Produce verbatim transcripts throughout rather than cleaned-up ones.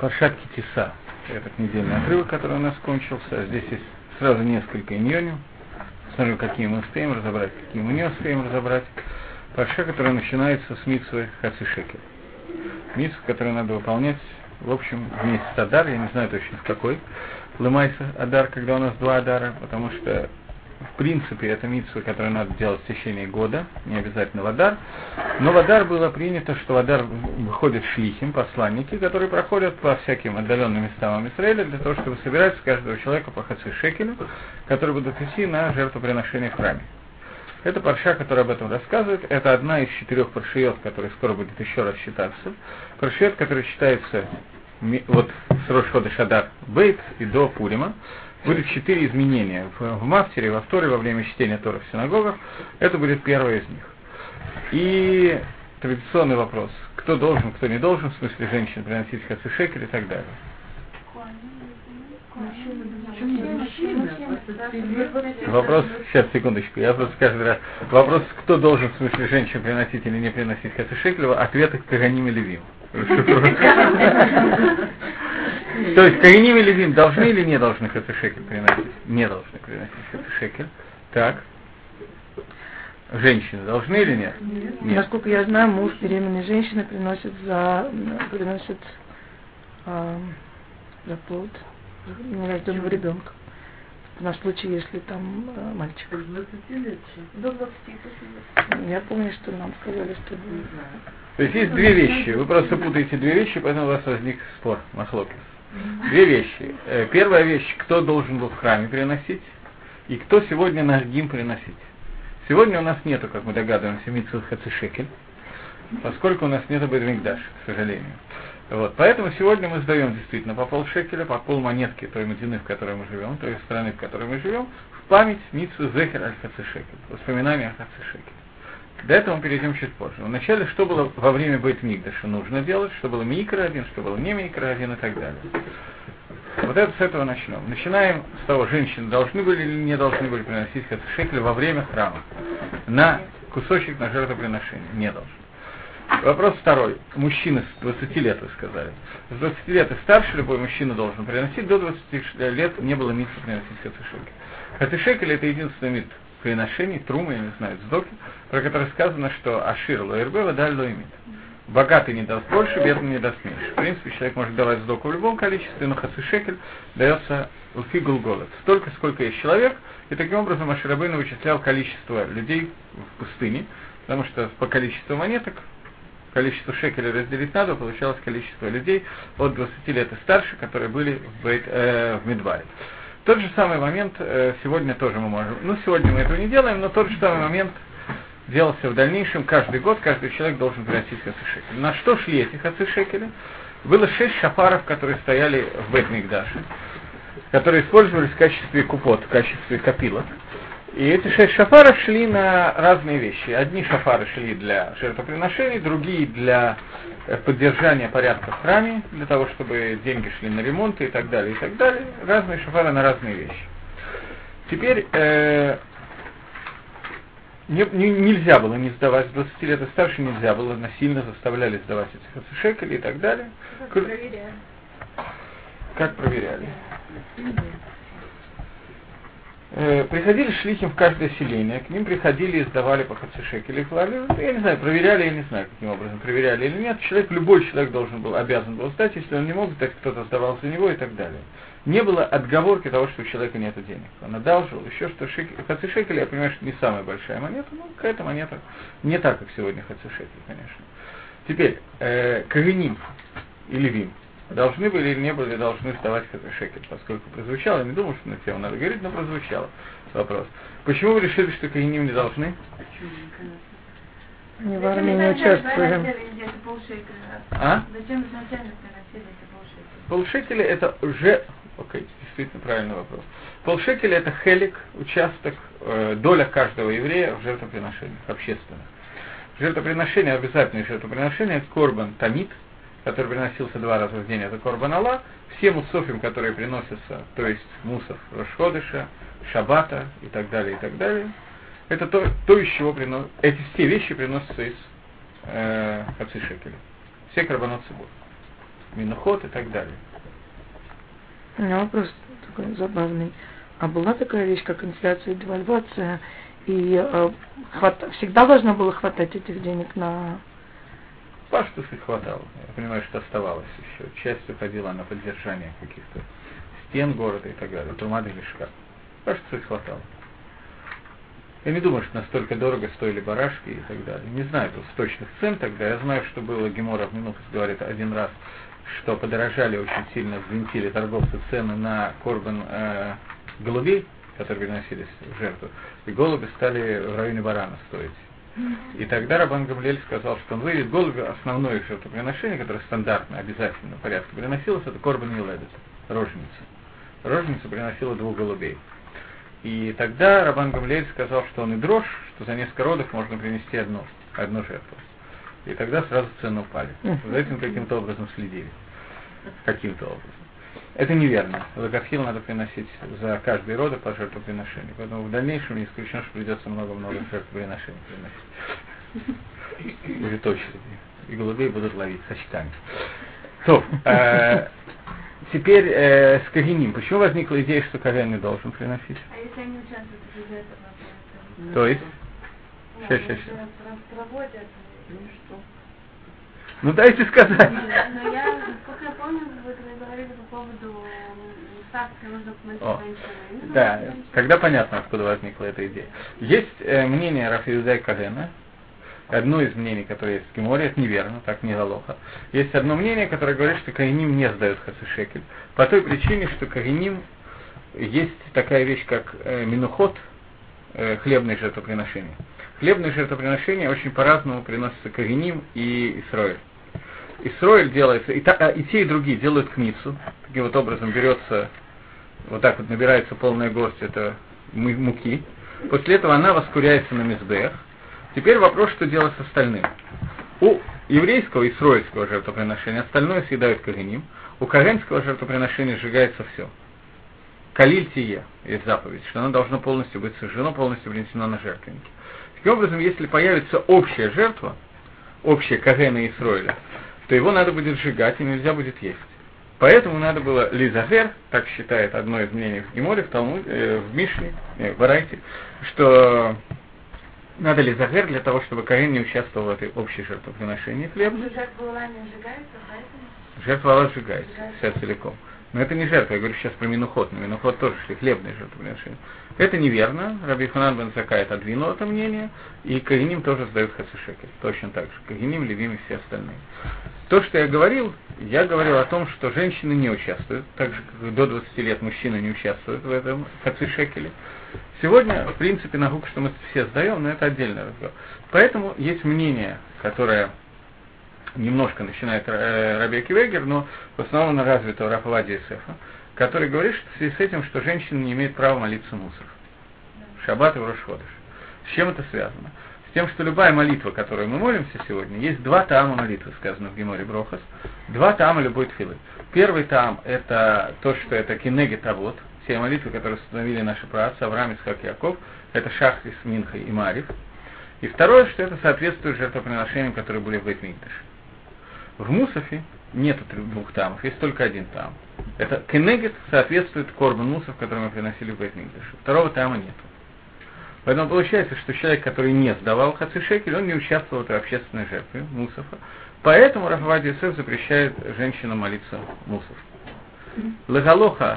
Паршат Ки-Тиса. Этот недельный отрывок, который у нас кончился. Здесь есть сразу несколько иньоним. Смотрим, какие мы успеем разобрать, какие мы не успеем разобрать. Парша, которая начинается с мицвы Хаци Шекель. Мицву, которую надо выполнять, в общем, в месяц Адар, я не знаю точно в какой. Лымайса Адар, когда у нас два Адара, потому что в принципе, это мицва, которую надо делать в течение года, не обязательно в Адар. Но в Адар было принято, что в Адар выходят шлихим, посланники, которые проходят по всяким отдаленным местам Израиля, для того, чтобы собирать с каждого человека по хаци шекелю, которые будут идти на жертвоприношение в храме. Это парша, которая об этом рассказывает. Это одна из четырех паршиот, которая скоро будет еще раз считаться. Паршиот, который считается вот с Рош ходеш Адар Бейт и до Пурима. Будет четыре изменения в, в Мафтере, во Торе, во время чтения Тора в синагогах. Это будет первое из них. И традиционный вопрос. Кто должен, кто не должен, в смысле женщин, приносить хаци шекель и так далее. Вопрос, сейчас, секундочку, я просто каждый раз. Вопрос, кто должен, в смысле женщин, приносить или не приносить хаци шекель, ответ к Коганим и Левим. То есть Коганим и Левим должны или не должны хаци шекель приносить? Не должны приносить хаци шекель. Так. Женщины должны или нет? Нет. Нет. Насколько я знаю, муж беременной женщины приносит за приносит э, за плод нерожденного ребенка. На случай, если там э, мальчик. До двадцати лет? До двадцати. Я помню, что нам сказали, что... То есть есть две вещи. Вы просто путаете две вещи, поэтому у вас возник спор, махлокис. Две вещи. Первая вещь, кто должен был в храме приносить, и кто сегодня наш гим приносить. Сегодня у нас нету, как мы догадываемся, мицвы хаци шекель, поскольку у нас нету бейт-микдаш, к сожалению. Вот. Поэтому сегодня мы сдаем действительно по полшекеля, по пол монетки той медины, в которой мы живем, той страны, в которой мы живем, в память мицвы зехер аль хаци шекель, воспоминания о хаци шекель. До этого мы перейдем чуть позже. Вначале, что было во время бейт-микдаша нужно делать, что было микро один, что было не микро один и так далее. Вот это с этого начнем. Начинаем с того, женщины должны были или не должны были приносить хаци шекель во время храма. На кусочек на жертвоприношение. Не должны. Вопрос второй. Мужчины с двадцати лет, вы сказали. С двадцати лет и старше любой мужчина должен приносить. До двадцати лет не было митцвы приносить хаци шекель. Хаци шекель это единственный митцв приношений, трумы, я не знаю, цдоки, про который сказано, что ашир лоэрбе вадаль лоимит. Богатый не даст больше, бедный не даст меньше. В принципе, человек может давать сдоку в любом количестве, но хаци шекель дается уфигул голод. Столько, сколько есть человек, и таким образом Моше Рабейну вычислял количество людей в пустыне, потому что по количеству монеток, количество шекелей разделить надо, получалось количество людей от двадцати лет и старше, которые были в, Бейт, э, в Мидбаре. Тот же самый момент э, сегодня тоже мы можем, ну сегодня мы этого не делаем, но тот же самый момент делался в дальнейшем, каждый год каждый человек должен приносить хаци шекель. На что шли эти хаци шекели? Было шесть шафаров, которые стояли в Бейт-Микдаше, которые использовались в качестве купот, в качестве копилок. И эти шесть шафаров шли на разные вещи. Одни шафары шли для жертвоприношений, другие для поддержания порядка в храме, для того, чтобы деньги шли на ремонт и так далее, и так далее. Разные шафары на разные вещи. Теперь э, не, не, нельзя было не сдавать, с двадцати лет и старше нельзя было, насильно заставляли сдавать эти хаци шекели и так далее. Как проверяли? Как проверяли? Приходили шлихим в каждое селение, к ним приходили и сдавали по хаци шекелю, я не знаю, проверяли, я не знаю, каким образом проверяли или нет, человек, любой человек должен был, обязан был сдать, если он не мог, так кто-то сдавал за него и так далее. Не было отговорки того, что у человека нет денег. Он одалживал, еще что, шекель, хаци шекель, я понимаю, что не самая большая монета, но какая-то монета, не так, как сегодня хаци шекель, конечно. Теперь, э, Коганим и Левим должны были или не были должны сдавать хаци шекель, поскольку прозвучало, я не думал, что на тему надо говорить, но прозвучало вопрос. Почему вы решили, что Коганим не должны? Не в армии не участвуем. А? Зачем изначально приносили эти полшекеля? Полшекеля это уже, окей, действительно правильный вопрос. Полшекеля это хелик, участок, э, доля каждого еврея в жертвоприношениях общественных. Жертвоприношение, обязательное жертвоприношение, это корбан тамид, который приносился два раза в день, это корбан ала, все мусофим, которые приносятся, то есть мусов Рош ходеша, шаббата и так далее, и так далее, это то, то из чего приносят, эти все вещи приносятся из э, хаци шекеля. Все корбанот цибур. минухот и так далее. У меня вопрос такой забавный. А была такая вещь, как инфляция и девальвация, и э, хват... всегда должно было хватать этих денег на... Паштус и хватало. Я понимаю, что оставалось еще. Часть уходила на поддержание каких-то стен города и так далее. Тумады или шкаф. Паштус и хватало. Я не думаю, что настолько дорого стоили барашки и так далее. Не знаю тут точных цен тогда. Я знаю, что было, Гемора в Минухас говорит один раз, что подорожали очень сильно, взвинтили торговцы цены на корбан э, голубей, которые приносились в жертву, и голуби стали в районе барана стоить. И тогда Рабан Гамлиэль сказал, что он выведет голуби, основное жертвоприношение, которое стандартно, обязательно в порядке приносилось, это корбан еледет, роженица. Роженица приносила двух голубей. И тогда Рабан Гамлиэль сказал, что он и дрожь, что за несколько родов можно принести одну, одну жертву. И тогда сразу цены упали. За этим каким-то образом следили. Каким-то образом. Это неверно. Лагатхил надо приносить за каждый род по жертвоприношению. Поэтому в дальнейшем не исключено, что придется много-много жертвоприношений приносить. Будет очередь. И голубей будут ловить с очками. То, э, теперь э, с Кагиним. Почему возникла идея, что Каген не должен приносить? А если они участвуют в бюджете? То есть? Ну, Сейчас, сейчас, сейчас. проводят, ну что? Ну дайте сказать. Но я, сколько я помню, вы говорили по поводу ставки, нужно О, женщины. да, тогда понятно, откуда возникла эта идея. Есть э, мнение Рав Юдая Кагена, одно из мнений, которое есть в Геморе, это неверно, так не галоха. Есть одно мнение, которое говорит, что Кагеним не сдают хацишекель. По той причине, что Кагеним есть такая вещь, как э, минухот, э, хлебные жертвоприношения. Хлебные жертвоприношения очень по-разному приносятся Кагеним и Исроэль. Исроэль делается, и, та, и те, и другие делают кмицу. Таким вот образом берется, вот так вот набирается полная горсть это муки. После этого она воскуряется на мизбех. Теперь вопрос, что делать с остальным. У еврейского и исроэльского жертвоприношения остальное съедают Кагеним. У кагенского жертвоприношения сжигается все. Калиль тие есть заповедь, что оно должно полностью быть сожжено, полностью принесено на жертвенники. Таким образом, если появится общая жертва, общая Кагена и Исроэля, то его надо будет сжигать и нельзя будет есть. Поэтому надо было лизагер, так считает одно из мнений в Геморе, в Талмуде, э, в Мишне, э, в Барайте, что надо лизагер для того, чтобы Каген не участвовал в этой общей жертвоприношении хлебной. Жертва Аллах не сжигается, поэтому? Жертва Аллах сжигается, вся целиком. Но это не жертва, я говорю сейчас про минухот. На минухот тоже шли хлебные жертвоприношения. Это неверно. Раби Йоханан бен Заккай отодвинул это мнение, и Кагеним тоже сдают хацишекель. Точно так же. Кагеним, Левим и все остальные. То, что я говорил, я говорил о том, что женщины не участвуют, так же, как до двадцати лет мужчины не участвуют в этом хацишекеле. Сегодня, в принципе, наука, что мы все сдаем, но это отдельный разговор. Поэтому есть мнение, которое немножко начинает э, Раби Акива Эйгер, но в основном на развитого Рав Овадия Йосефа, который говорит, что в связи с этим, что женщины не имеют права молиться мусор. Шаббат и в Рош ходеш. С чем это связано? С тем, что любая молитва, которую мы молимся сегодня, есть два таама молитвы, сказано в Геморе Брохас, два таама любой тфилы. Первый таам – это то, что это кинегет авот, все молитвы, которые установили наши праотцы Авраам, Ицхак и Яков, это Шахрис, Минха и Марив. И второе, что это соответствует жертвоприношениям, которые были в Бейт-Микдаше. В Мусафе нет двух тамов, есть только один там. Это кенегет соответствует корбан мусов, который мы приносили в Бейт-Микдаше. Второго тама нету. Поэтому получается, что человек, который не сдавал хацишекель, он не участвовал в этой общественной жертве мусафа. Поэтому Рав Овадия Йосеф запрещает женщинам молиться мусов. Лагалоха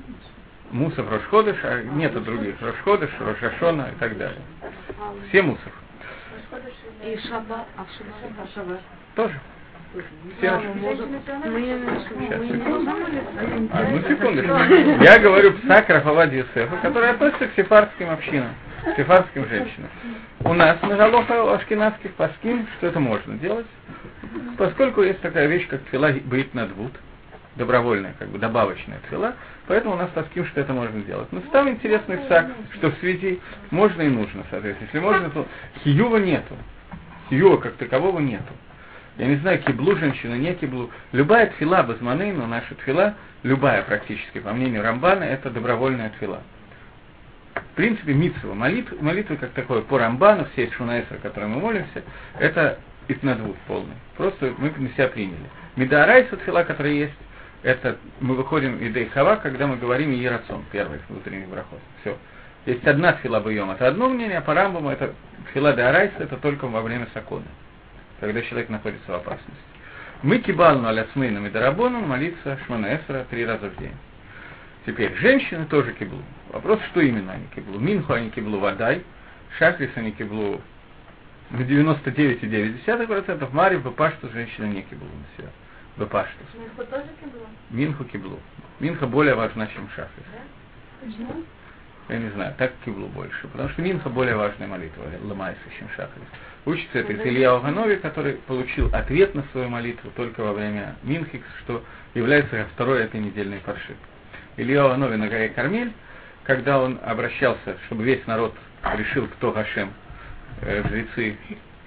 мусов Рош ходеш, а нету других Рош ходеш, Рош Хашона и так далее. Все мусов. И шаббат, а в шаббат тоже. Все да, наши... мы не можем. Одну секундочку. Я говорю псак Рав Овадия Йосефа, который относится к сефардским общинам, к сефардским женщинам. У нас на галоха ашкеназских паским, что это можно делать, поскольку есть такая вещь, как тфила бейт надвут, добровольная, как бы добавочная тфила, поэтому у нас паским, что это можно делать. Но там интересный псак, что в связи можно и нужно, соответственно. Если можно, то хиюва нету. Хиюва как такового нету. Я не знаю, киблу женщина, не киблу. Любая тфила базманейну, наша тфила, любая практически, по мнению Рамбана, это добровольная тфила. В принципе, митцва, молитва, молитва как такое, по Рамбану, все шунаэсра, о которой мы молимся, это итнадвут полный. Просто мы на себя приняли. Медаарайса тфила, которая есть, это мы выходим идей хава, когда мы говорим иерацон, первый внутренний брахот. Все. Есть одна тфила бьем, это одно мнение, а по Рамбаму это тфила деарайса, это только во время сакона, когда человек находится в опасности. Мы кибалну аляцмейну медарабону молиться шмона эсра три раза в день. Теперь, женщины тоже киблу. Вопрос, что именно они киблу. Минху они киблу вадай, шахрис они киблу в девяносто девять целых девять десятых процента, Марив, Бапашту женщина не киблу на себя. Бапашту. Минху тоже киблу? Минху киблу. Минха более важна, чем шахрис. Да? Почему? Я не знаю, так киблу больше. Потому что Минха более важная молитва, ламайса, чем шахрис. Учится это из Илья Оганови, который получил ответ на свою молитву только во время Минхи, что является второй этой недельной парши. Илья Оганови на горе Кармель, когда он обращался, чтобы весь народ решил, кто Гашем, э, жрецы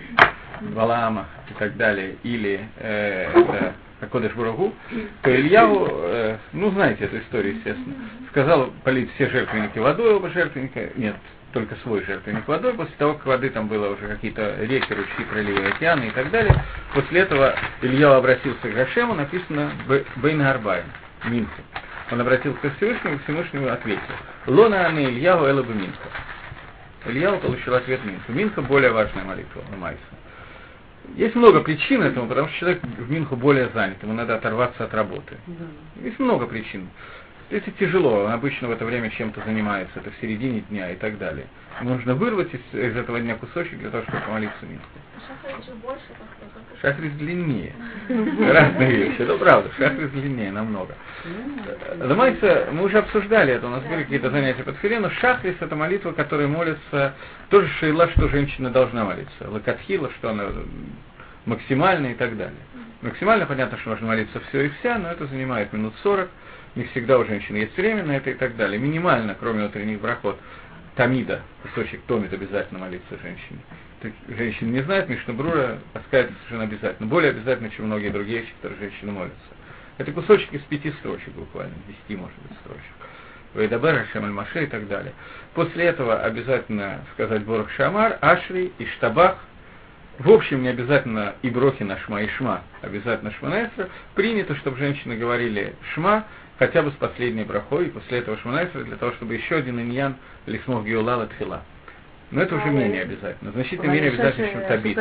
Валаама и так далее, или э, это Акодеш Баругу, то Ильяу, э, ну знаете эту историю, естественно, сказал полить все жертвенники водой, оба жертвенника, нет, только свой жертвенник водой, после того, как воды там было уже какие-то реки, ручьи, проливы, океаны и так далее, после этого Ильяу обратился к Гашему, написано Бейн Гарбаем, Минху. Он обратился к Всевышнему, и Всевышнему ответил. Лона аны Ильяу элабы Минха. Ильяу получил ответ Минху. Минха более важная молитва на Майса. Есть много причин этому, потому что человек в Минху более занят, ему надо оторваться от работы. Есть много причин. Это тяжело, он обычно в это время чем-то занимается, это в середине дня и так далее. Нужно вырвать из, из этого дня кусочек для того, чтобы помолиться Минху. Шахрис больше, Шахрис длиннее. Разные вещи, это правда, шахрис длиннее намного. Замайся, мы уже обсуждали это, у нас были какие-то занятия по тфиле, но шахрис это молитва, которая молится, тоже шейла, что женщина должна молиться. Лакатхила, что она максимальная и так далее. Максимально понятно, что можно молиться все и вся, но это занимает минут сорок. Не всегда у женщины есть время на это и так далее. Минимально, кроме утренних брахот, тамида, кусочек томит обязательно молиться женщине. Женщины не знают, Мишна Брура сказать совершенно обязательно. Более обязательно, чем многие другие вещи, которые женщины молятся. Это кусочек из пяти строчек буквально, десяти, может быть, строчек. Вейдабер, Ашем аль-Маше и так далее. После этого обязательно сказать Борох Шамар, Ашри и Штабах. В общем, не обязательно и брохи на Шма, и Шма, обязательно Шманаэсра. Принято, чтобы женщины говорили Шма, хотя бы с последней брахой, и после этого Шманаэсра, для того, чтобы еще один иньян лисмов геулала тфила. Но это уже менее обязательно, значительно менее обязательно, чем табит.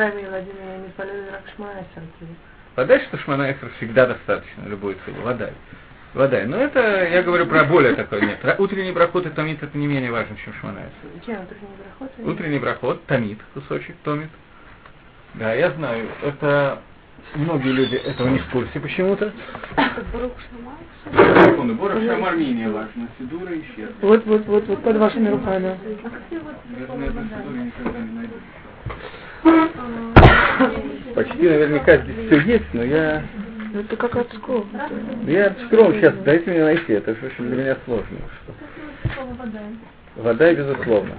Вода, что Шманаэсра всегда достаточно, любой тфилу, вода. Вода. Но это, я говорю про более такое, нет. Утренний брахот и тамид, это не менее важно, чем Шманаэсра. Чем утренний брахот? Утренний брахот, тамид, кусочек, томит. Да, я знаю, это многие люди этого не в курсе почему-то. Борох Шамар? Борох Шамар менее важно, Сидура и Щер. Вот, вот, вот, вот под вашими руками. А как ты вот Я на этом Сидуре никогда не найду. Почти наверняка здесь все есть, но я... Это как от скол. Я скром сейчас, дайте мне найти, это же очень для меня сложно. Что? вода? Вода, безусловно.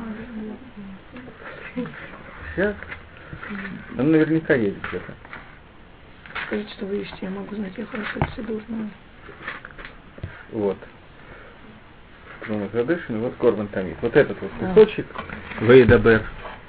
Сейчас. Он наверняка есть где-то. Скажите, что вы ищете, я могу знать, я хорошо это все знаю. Вот. Задышин, вот Корбан Тамид. Вот этот вот кусочек. Вейдабер.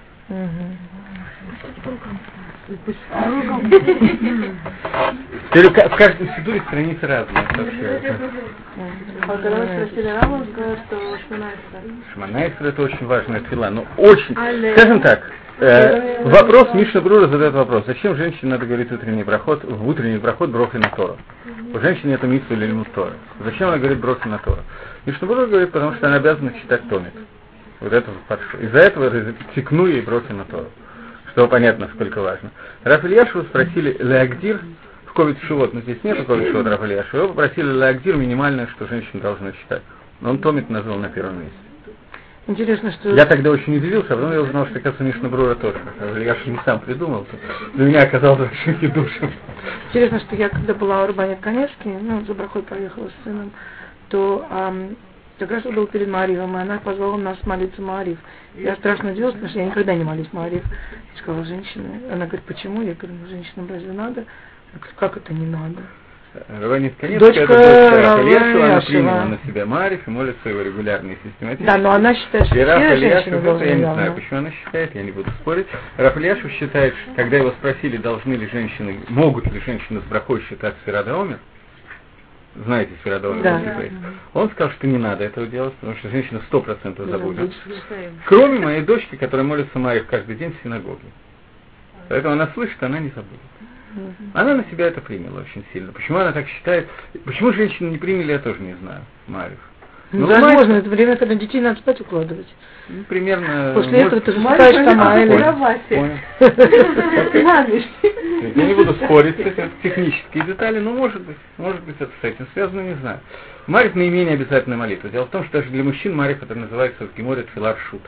В каждом сидуре страницы разные. А когда вы спросили Рама, он сказал, что Шманаэсра. Шманаэсра это очень важная тфила, но очень, скажем так, э, вопрос, Мишна Брура задает вопрос, зачем женщине надо говорить утренний брахот, в утренний брахот брохи на Тору? У женщины это митцва или лимут Тора. Зачем она говорит брохи на Тору? Мишна Брура говорит, потому что она обязана читать томит. Вот это паршу. Из-за этого текну ей брохи на Тору. Что понятно, сколько важно. Раф Ильяшеву спросили Леагдир, в Ковид Шивот, но здесь нет Ковид Шивот Раф Ильяшева, его попросили Леагдир минимальное, что женщина должна читать. Но он томит назвал на первом месте. Интересно, что... Я тогда очень удивился, а потом я узнал, что, оказывается, Мишна Брура тоже. Я же не сам придумал, то для меня оказалось очень недушем. Интересно, что я, когда была у Рабанит Каневский, ну, за брахой поехала с сыном, то ам, как раз был перед Мааривом, и она позвала нас молиться Маарив. Я страшно удивилась, потому что я никогда не молюсь Маарив. Я сказала, женщина. Она говорит, почему? Я говорю, ну, женщинам разве надо? Я говорю, как это не надо? Раванит Каневская, Дочка это дочка Равы Ильяшева, она Яшева. приняла на себя Мариф и молится его регулярно и систематически. Да, но она считает, что И Раф все Ильяшев, женщины это должны я не явно. знаю, почему она считает, я не буду спорить. Раф Ильяшев считает, что когда его спросили, должны ли женщины, могут ли женщины с брахой считать Сфирада Омер, знаете Сфирада Омер, Да. он сказал, что не надо этого делать, потому что женщина сто процентов забудет. Читаем. Кроме моей дочки, которая молится Мариф каждый день в синагоге. Поэтому она слышит, она не забудет. Она на себя это приняла очень сильно. Почему она так считает? Почему женщины не приняли, я тоже не знаю. Мариф. Ну, Ну, возможно, Мариф, это время, когда детей надо спать укладывать. ну, примерно... После может, этого ты Мариф, засыпаешь она сама или... понял. Понял. Нами. Я не буду спорить с этим, технические детали, но может быть, может быть это с этим связано, не знаю. Мариф наименее обязательная молитва. Дело в том, что даже для мужчин Мариф это называется в Геморе Тфилат Шут,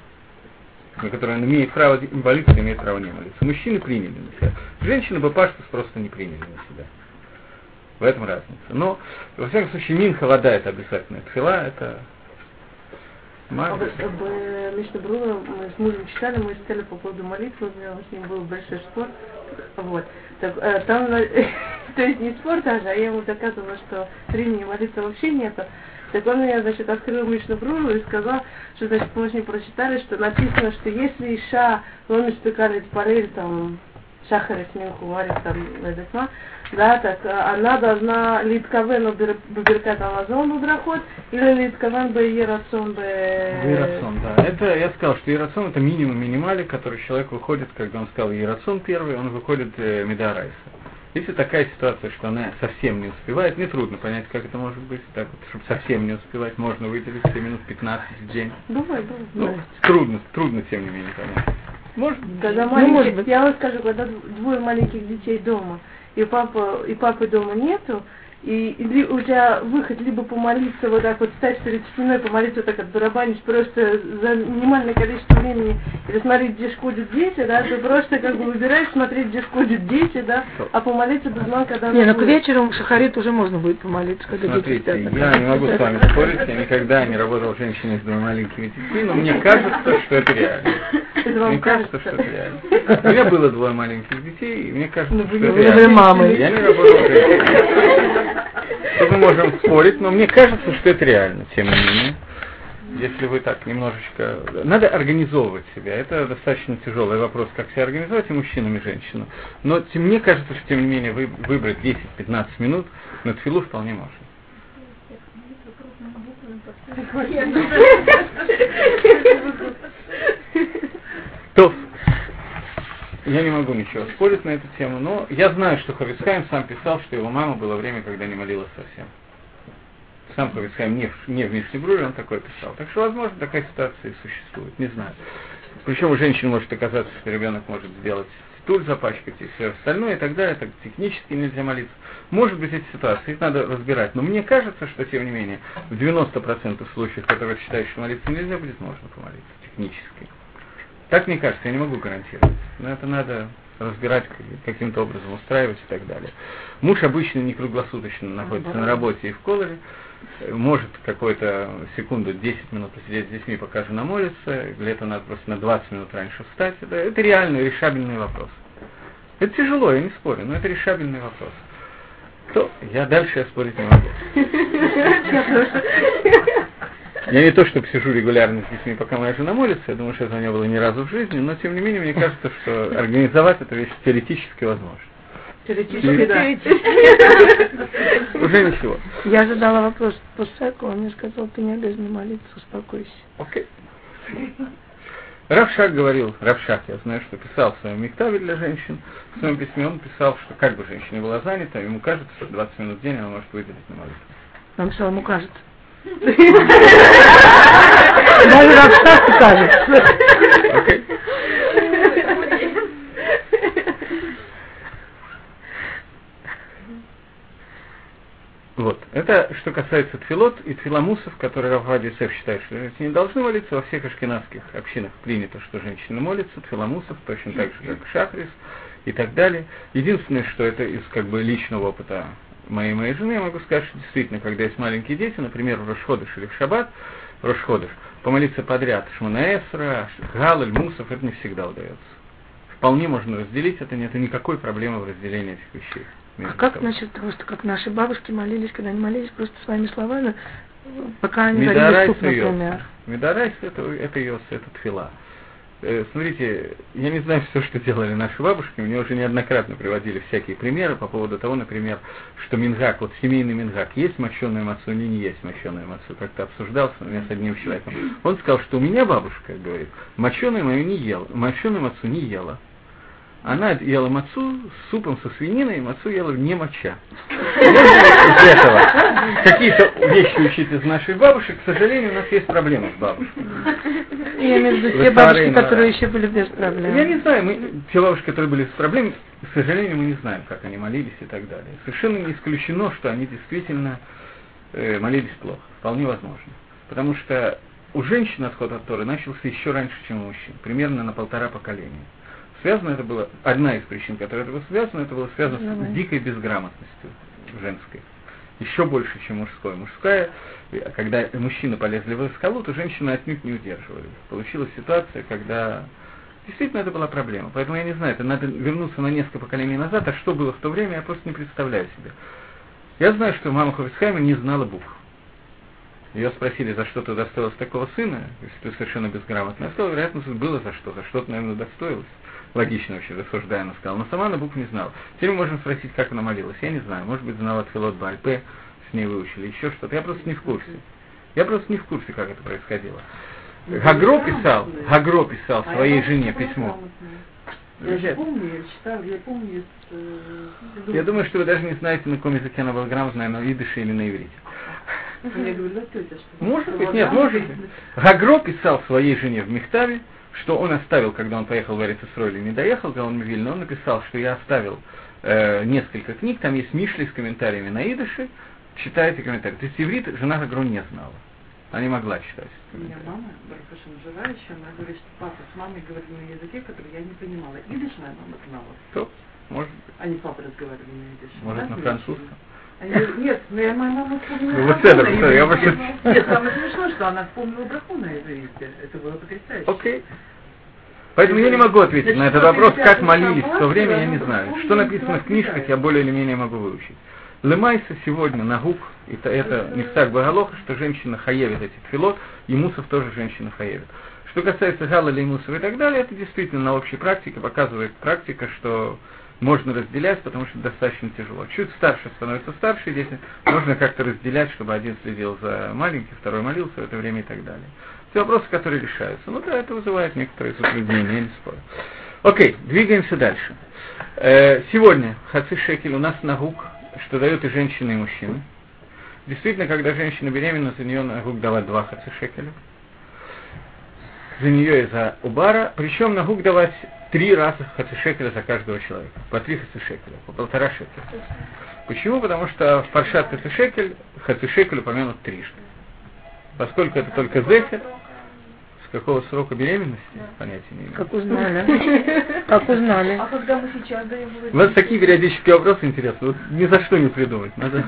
на которой он имеет право молиться, имеет право не молиться. Мужчины приняли на себя. Женщины бы паштус просто не приняли на себя. В этом разница. Но, во всяком случае, Минха вода это обязательная. Тфила это... А вот в Мишне Брура мы с мужем читали, мы читали по поводу молитвы, у меня с ним был большой спор. Вот. Так, э, там, то есть не спор даже, а я ему доказывала, что в Риме молитвы вообще нету. Так он мне, значит, открыл Мишну Бруру и сказал, что, значит, мы с ним прочитали, что написано, что если Иша ломит спекали парель, там, Шахарис Минху, Марис, там, Ведесма, да, так она должна литковен буберкат Амазон удрахот или литковен бы ерацон бы... Ерацон, да. Это, я сказал, что ерацон это минимум минимали, который человек выходит, когда он сказал ерацон первый, он выходит э, медарайса. Если такая ситуация, что она совсем не успевает, мне трудно понять, как это может быть, так вот, чтобы совсем не успевать, можно выделить все минут пятнадцать в день. Бывает, Ну, бывает. трудно, трудно, тем не менее, понять. Может, Когда Ну, маленькие, может быть. я вам скажу, когда двое маленьких детей дома, и папа, и папы дома нету, и, и ли, у тебя выход либо помолиться, вот так вот стать перед стеной, помолиться так отбарабанить просто за минимальное количество времени, или смотреть, где шкодят дети, да, ты просто как бы выбираешь смотреть, где шкодят дети, да, а помолиться до звонка, когда Не, она ну к будет. вечеру Шахарит уже можно будет помолиться, когда дети смотрите, спят. я не могу с вами спорить, я никогда не работал с женщиной с двумя маленькими детьми, но мне кажется, что это реально. Это вам Мне кажется, кажется. что это реально. У меня было двое маленьких детей, и мне кажется, Ну, что вы это не реально. мамой. Я не работал с женщиной. Тут мы можем спорить, но мне кажется, что это реально, тем не менее. Если вы так немножечко... Надо организовывать себя. Это достаточно тяжелый вопрос, как себя организовать и мужчинам, и женщинам. Но тем, мне кажется, что тем не менее вы, выбрать десять-пятнадцать минут на тфилу вполне можно. То, я не могу ничего спорить на эту тему, но я знаю, что Хафец Хаим сам писал, что его мама было время, когда не молилась совсем. Сам Хафец Хаим не в, не в Мишне Бруре, он такое писал. Так что, возможно, такая ситуация и существует, не знаю. Причем у женщин может оказаться, что ребенок может сделать туль, запачкать и все остальное, и так далее, так технически нельзя молиться. Может быть, эти ситуации, их надо разбирать. Но мне кажется, что, тем не менее, в девяносто процентов случаев, которые считают, что молиться нельзя, будет можно помолиться технически. Так мне кажется, я не могу гарантировать. Но это надо разбирать, каким-то образом устраивать и так далее. Муж обычно не круглосуточно находится на работе и в колледже, может какую-то секунду, десять минут посидеть с детьми, пока жена молится, для этого надо просто на двадцать минут раньше встать. Это, это реальный, решабельный вопрос. Это тяжело, я не спорю, но это решабельный вопрос. То я дальше я спорить не могу. Я не то, чтобы сижу регулярно с детьми, пока моя жена молится, я думаю, что этого не было ни разу в жизни, но тем не менее, мне кажется, что организовать эту вещь теоретически возможно. Теоретически, да. Уже ничего. Я задала вопрос Пусаку, он мне сказал, ты не обязан молиться, успокойся. Окей. Равшак говорил, Равшак, я знаю, что писал в своем миктаве для женщин, в своем письме он писал, что как бы женщина была занята, ему кажется, что двадцать минут в день она может выделить на молитву. Он сказал, ему кажется. Даже Равшаку кажется. Окей. Вот. Это что касается тфилот и тфиламусов, которые Рав Йосеф считает, что эти не должны молиться. Во всех ашкеназских общинах принято, что женщины молятся, тфиламусов, точно так же, как шахрис и так далее. Единственное, что это из как бы личного опыта моей моей жены, я могу сказать, что действительно, когда есть маленькие дети, например, в Рош-Ходеш или в Шаббат, в Рош-Ходеш, помолиться подряд Шмона-Эсра, Галаль, Мусов, это не всегда удается. Вполне можно разделить, это нет никакой проблемы в разделении этих вещей. А как насчет того, что как наши бабушки молились, когда они молились просто своими словами, пока они варили суп, например? Медорайс это, это йос, это тфила. Э, смотрите, я не знаю все, что делали наши бабушки, мне уже неоднократно приводили всякие примеры по поводу того, например, что мингак, вот семейный мингак, есть мощеную мацу, не, не есть мощеную мацу, как-то обсуждался у меня с одним человеком. Он сказал, что у меня бабушка, говорит, мощеную мою не ела, мощеную мацу не ела. Она ела мацу с супом со свининой, и мацу ела не моча. Из этого какие-то вещи учить из наших бабушек, к сожалению, у нас есть проблемы с бабушками. Я имею в виду те бабушки, которые еще были без проблем. Я не знаю, мы, те бабушки, которые были с проблемами, к сожалению, мы не знаем, как они молились и так далее. Совершенно не исключено, что они действительно э, молились плохо. Вполне возможно. Потому что у женщин отход от Торы начался еще раньше, чем у мужчин. Примерно на полтора поколения. Связано это было, одна из причин, которая это было связано, это было связано с дикой безграмотностью женской. Еще больше, чем мужской. Мужская, когда мужчины полезли в эскалу, то женщины отнюдь не удерживали. Получилась ситуация, когда действительно это была проблема. Поэтому я не знаю, это надо вернуться на несколько поколений назад, а что было в то время, я просто не представляю себе. Я знаю, что мама Хофицхайма не знала букв. Ее спросили, за что ты удостоилась такого сына, если ты совершенно безграмотно. Я сказал, вероятно, было за что, за что ты, наверное, удостоилась. Логично вообще рассуждая, она сказала, но сама она букв не знала. Теперь мы можем спросить, как она молилась. Я не знаю, может быть, знала Тфилот Бааль-Пе, с ней выучили, еще что-то. Я просто не в курсе. Я просто не в курсе, как это происходило. Гагро писал, Гагро писал своей жене письмо. Я же помню, я читал, я помню. Я думаю, что вы даже не знаете, на каком языке она была грамотная, на идыше или на иврите. Я говорю, да, тетя, что... Может быть, нет, может быть. Гагро писал своей жене в Мехтаве, что он оставил, когда он поехал в Эрец-Исроэль и не доехал, когда он в Вильну, он написал, что я оставил э, несколько книг, там есть Мишли с комментариями на идыше, читайте комментарии. То есть иврит жена Гагро не знала. Она не могла читать. У меня мама, Баракашин, жива еще, она говорит, что папа с мамой говорили на языке, который я не понимала. Идыш моя мама знала. Кто? Может быть. Они с папой разговаривали на идыше. Может, да, на французском? Они, нет, но я моя мама вспомнила. Ну, вот это, вот я просто... Нет, самое смешное, что она вспомнила браху на иврите. Это было потрясающе. Окей. Поэтому я не могу ответить на этот вопрос, как молились в то время, я не знаю. Что написано в книжках, я более или менее могу выучить. Лемайса сегодня на гук, это, это мифтах Багалоха, что женщина хаевит эти тфилот, и мусов тоже женщина хаевит. Что касается гала леймусов и так далее, это действительно на общей практике показывает практика, что можно разделять, потому что достаточно тяжело. Чуть старше становится старше, дети можно как-то разделять, чтобы один следил за маленьким, второй молился в это время и так далее. Все вопросы, которые решаются. Ну да, это вызывает некоторые затруднения, я не спорю. Окей, двигаемся дальше. Э, сегодня хаци шекель у нас на гук, что дают и женщины, и мужчины. Действительно, когда женщина беременна, за нее на гук давать два хаци шекеля. За нее и за убара. Причем на гук давать три раза хаци шекеля за каждого человека. По три хаци шекеля, по полтора шекеля. Почему? Потому что в паршат хаци шекель, хаци шекель упомянут трижды. Поскольку это только зефир, с какого срока беременности, понятия не имею. Как узнали? Как узнали? А когда мы сейчас даем... У вас такие периодические вопросы интересные, вот ни за что не придумать. Надо...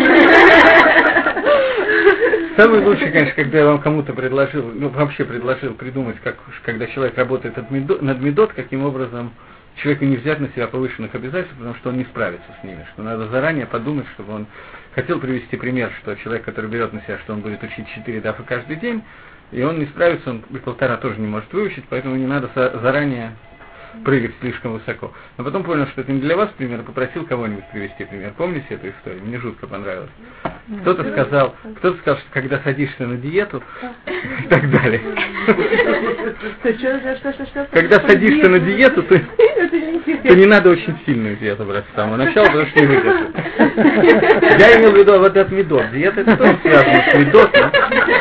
Самый лучший, конечно, когда я вам кому-то предложил, ну вообще предложил придумать, как, когда человек работает над медот, каким образом человеку не взять на себя повышенных обязательств, потому что он не справится с ними, что надо заранее подумать, чтобы он... Хотел привести пример, что человек, который берет на себя, что он будет учить четыре дафа каждый день, и он не справится, он и полтора тоже не может выучить, поэтому не надо заранее прыгать слишком высоко. Но потом понял, что это не для вас пример, попросил кого-нибудь привести пример. Помните эту историю? Мне жутко понравилось. Кто-то сказал, кто-то сказал, что когда садишься на диету и так далее. Когда садишься на диету, то, то не надо очень сильную диету брать с самого начала, потому что не выдержит. Я имел в виду вот этот медот. Диета это тоже связано с медотом.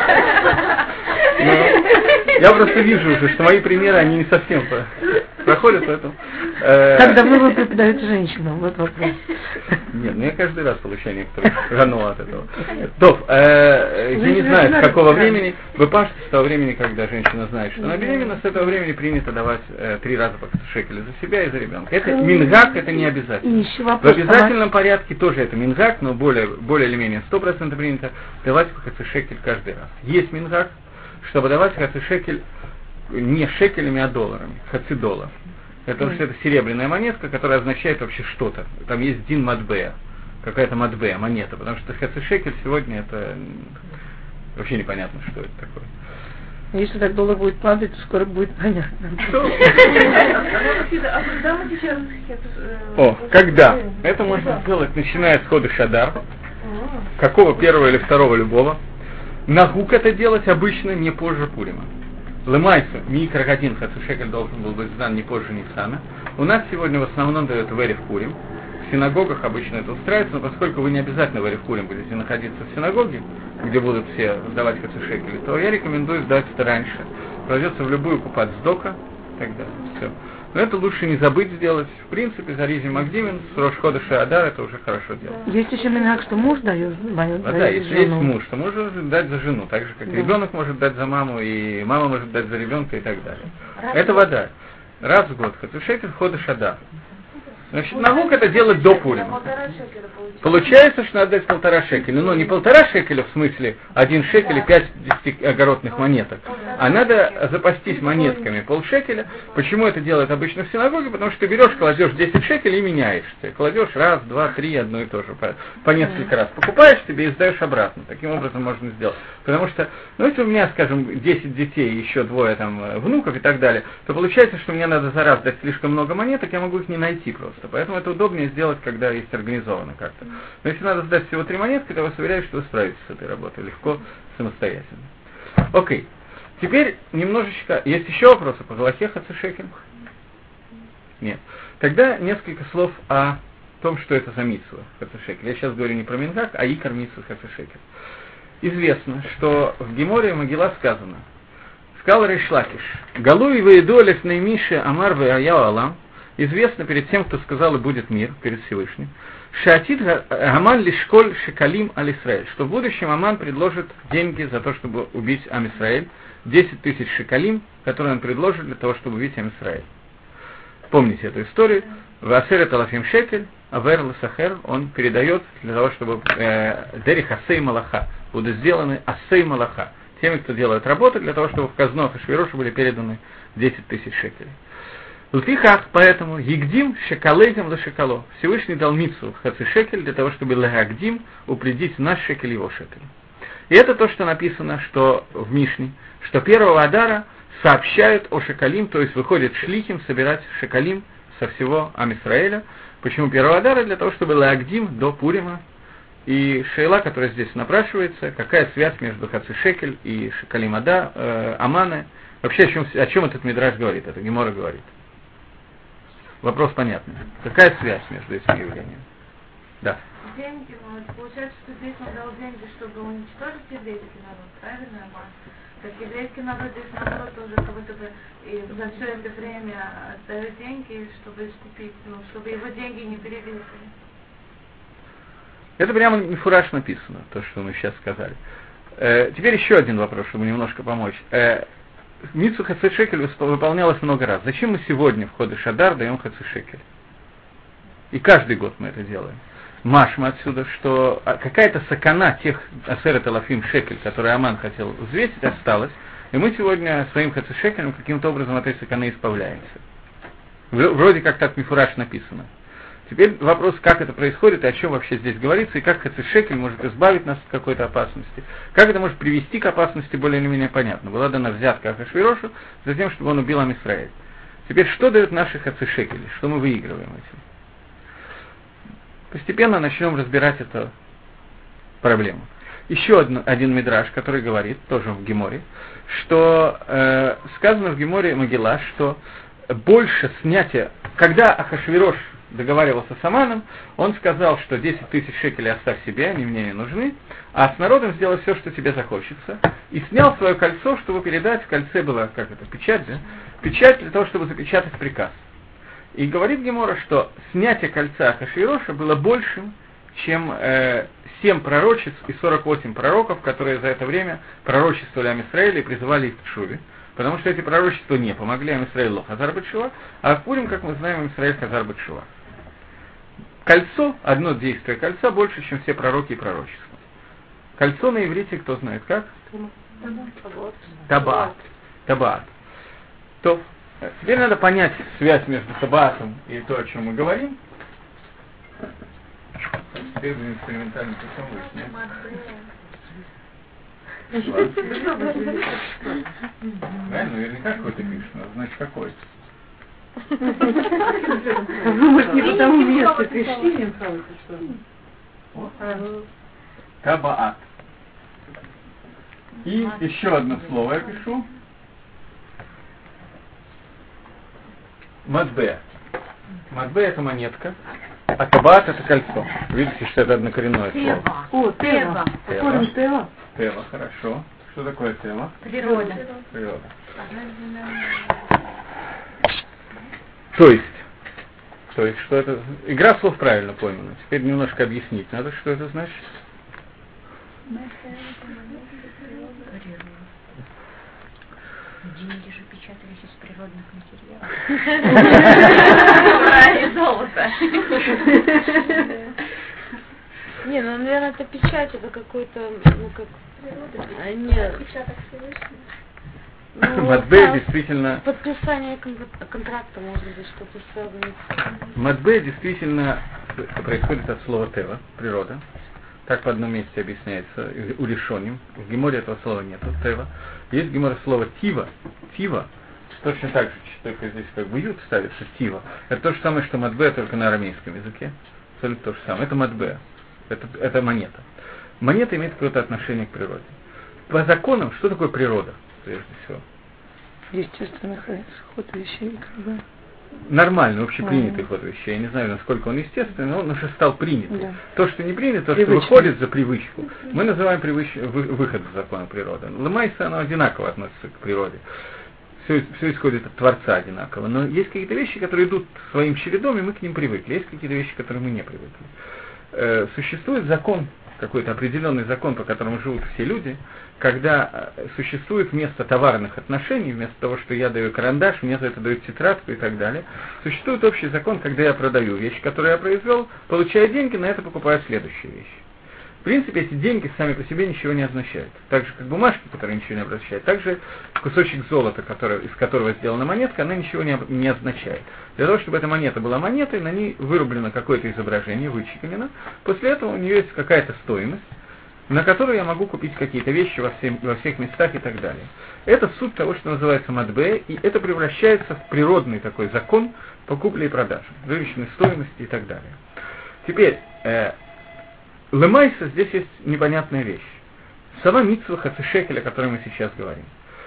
Но я просто вижу уже, что мои примеры, они не совсем проходят, поэтому... Э... Как давно вы преподаете женщинам? Вот вопрос. Нет, ну я каждый раз получаю некоторые рану от этого. Топ, э, я не знаю, с какого времени, вы пашете с того времени, когда женщина знает, что она беременна, с этого времени принято давать э, три раза по шекелю за себя и за ребенка. Это мингак, это не обязательно. В обязательном порядке тоже это мингак, но более, более или менее сто процентов принято давать по шекель каждый раз. Есть мингак, чтобы давать хаци шекель не шекелями, а долларами, хаци доллар. потому что это серебряная монетка, которая означает вообще что-то. Там есть дин матбея, какая-то матбея, монета, потому что хаци-шекель сегодня это вообще непонятно, что это такое. Если так долго будет падать, то скоро будет понятно. О, когда? Это можно сделать, начиная с хода Шадар, какого первого или второго любого. Нагук это делать обычно не позже Пурима. Лемайса, микрогадин хаци-шекель должен был быть сдан не позже Ниссана. У нас сегодня в основном дают в Эрев Пурим. В синагогах обычно это устраивается, но поскольку вы не обязательно в Эрев Пурим будете находиться в синагоге, где будут все сдавать хаци-шекели, то я рекомендую сдать это раньше. Кладется в любую купат сдока и так далее. Все. Но это лучше не забыть сделать. В принципе, за Ризи Макдимин, с Рош Ходеша Адар это уже хорошо делать. Есть еще минак, что муж дает, дает а, да, если жену. есть муж, то можно дать за жену, так же, как да. Ребенок может дать за маму, и мама может дать за ребенка и так далее. Раз это вода. Раз в год. Хаци-шекель Ходеш Адар. Значит, нагук это делать до Пурима. Получается, что надо дать полтора шекеля. Но не полтора шекеля, в смысле один шекель и пять десятиогородных монеток. А надо запастись монетками полшекеля. Почему это делают обычно в синагоге? Потому что ты берешь, кладешь десять шекелей и меняешься. Кладешь раз, два, три, одно и то же. По, по несколько раз покупаешь себе и сдаешь обратно. Таким образом можно сделать. Потому что, ну если у меня, скажем, десять детей и еще двое там внуков и так далее, то получается, что мне надо за раз дать слишком много монеток, я могу их не найти просто. Поэтому это удобнее сделать, когда есть организовано как-то. Но если надо сдать всего три монетки, то я вас уверяю, что вы справитесь с этой работой легко, самостоятельно. Окей. Теперь немножечко... Есть еще вопросы по Галахе хаци-шекель? Нет. Тогда несколько слов о том, что это за мицва хаци-шекель. Я сейчас говорю не про минхаг, а икар мицва хаци-шекель. Известно, что в Геморе Могила сказано, сказал Рейш Лакиш, «Галуи ваидолев наимиши амар ваяу алам». Известно перед тем, кто сказал, и будет мир, перед Всевышним, «Шаатид Аман лишколь шекалим аль-Исраэль», что в будущем Аман предложит деньги за то, чтобы убить Ам-Исраэль, десять тысяч шекалим, которые он предложит для того, чтобы убить Ам-Исраэль. Помните эту историю? «Ваасер талафим шекель, авер ласахер», он передает для того, чтобы «Дерих асей малаха», будут сделаны асей малаха, теми, кто делает работу, для того, чтобы в казну Ахашвироша были переданы десять тысяч шекелей. Лфихах, поэтому, Егдим шекалейзем лешекало. Всевышний дал мицву в хаци-шекель для того, чтобы легагдим упредить наш шекель его шекель. И это то, что написано, что в Мишне, что первого Адара сообщают о шекалим, то есть выходит шлихим собирать шекалим со всего Ам-Исраэля. Почему первого Адара? Для того, чтобы легагдим до Пурима. И шейла, которая здесь напрашивается, какая связь между хаци-шекель и шекалим Ада, э, Амана. Вообще, о чем, о чем этот мидраш говорит, это Гемора говорит. Вопрос понятный. Какая связь между этими явлениями? Да. Деньги, ну, получается, что здесь он дал деньги, чтобы уничтожить еврейский народ, правильно, Аман? Так еврейский народ здесь, наоборот, тоже как будто бы и за все это время отдает деньги, чтобы искупить, ну, чтобы его деньги не перевесили. Это прямо мифураж написано, то, что мы сейчас сказали. Э, теперь еще один вопрос, чтобы немножко помочь. Э, Мицву хаци-шекель выполнялась много раз. Зачем мы сегодня в Ходеш Адар даем хаци-шекель? И каждый год мы это делаем. Машма отсюда, что какая-то сакана тех асерет алафим шекель, которые Аман хотел взвесить, осталась. И мы сегодня своим хаци-шекелем каким-то образом от этой саканы избавляемся. Вроде как так мифураж написано. Теперь вопрос, как это происходит, и о чем вообще здесь говорится, и как хаци-шекель может избавить нас от какой-то опасности. Как это может привести к опасности, более или менее понятно. Была дана взятка Ахашвирошу за тем, чтобы он убил Ам-Исраэль. Теперь, что дают наши хаци-шекели? Что мы выигрываем этим? Постепенно начнем разбирать эту проблему. Еще один, один мидраш, который говорит, тоже в Геморе, что э, сказано в Геморе Могила, что больше снятия, когда Ахашвирош договаривался с Аманом, он сказал, что десять тысяч шекелей оставь себе, они мне не нужны, а с народом сделай все, что тебе захочется, и снял свое кольцо, чтобы передать, в кольце была, как это, печать, да? Печать для того, чтобы запечатать приказ. И говорит Гемора, что снятие кольца Ахашвироша было большим, чем э, семь пророчеств и сорок восемь пророков, которые за это время пророчествовали Ам-Исраэлю и призывали их к тшуве. Потому что эти пророчества не помогли Ам-Исраэлю хазар бет-шува, а в Пурим, как мы знаем, Ам-Исраэль хазар бет-шува. Кольцо, одно действие кольца больше, чем все пророки и пророчества. Кольцо на иврите, кто знает как? Табаат. Табаат. То Теперь надо понять связь между табаатом и то, о чем мы говорим. Теперь будем экспериментальным путем выяснять. Правильно, наверняка какой-то пишешь, но значит какой. Может, не потому место пиши. Табаат. И еще одно слово я пишу. Матбе. Матбе это монетка, а табаат это кольцо. Видите, что это однокоренное слово. О, тева. Корень тева. Тева, хорошо. Что такое тева? Природа. Природа. То есть, то есть, что это? Игра слов правильно поймана. Теперь немножко объяснить надо, что это значит. Деньги же печатались из природных материалов. И золото. Не, ну, наверное, это печать, это какой-то, ну, как... А, нет. Ну, Матбе да, действительно... Подписание контракта, может быть, что-то связано. Матбе действительно происходит от слова тева, природа. Так в одном месте объясняется у решоним. В геморе этого слова нет, тева. Есть в геморе слово тива. Тива. Точно так же, только здесь как бы ют ставится тива. Это то же самое, что матбе, только на арамейском языке. Абсолютно то же самое. Это матбе. Это, это монета. Монета имеет какое-то отношение к природе. По законам, что такое природа, прежде всего? Естественный ход вещей, как бы. Нормальный, общепринятый ход вещей. Я не знаю, насколько он естественный, но он уже стал принятым. Да. То, что не принято, то, что выходит за привычку, мы называем привыч... вы... выход из закона природы. Ломайся, оно одинаково относится к природе. Все, все исходит от Творца одинаково. Но есть какие-то вещи, которые идут своим чередом, и мы к ним привыкли. Есть какие-то вещи, к которым мы не привыкли. Э, существует закон, какой-то определенный закон, по которому живут все люди, когда существует вместо товарных отношений, вместо того, что я даю карандаш, мне за это дают тетрадку и так далее, существует общий закон, когда я продаю вещь, которую я произвел, получаю деньги, на это покупаю следующую вещь. В принципе, эти деньги сами по себе ничего не означают. Так же, как бумажки, которые ничего не означают, так же кусочек золота, который, из которого сделана монетка, она ничего не, не означает. Для того, чтобы эта монета была монетой, на ней вырублено какое-то изображение, вычеклено. После этого у нее есть какая-то стоимость, на которую я могу купить какие-то вещи во, всем, во всех местах и так далее. Это суть того, что называется матбе, и это превращается в природный такой закон покупли и продажи, рыночной стоимости и так далее. Теперь, э, лемайса здесь есть непонятная вещь. Сама мицва хацишекель, о которой мы сейчас говорим.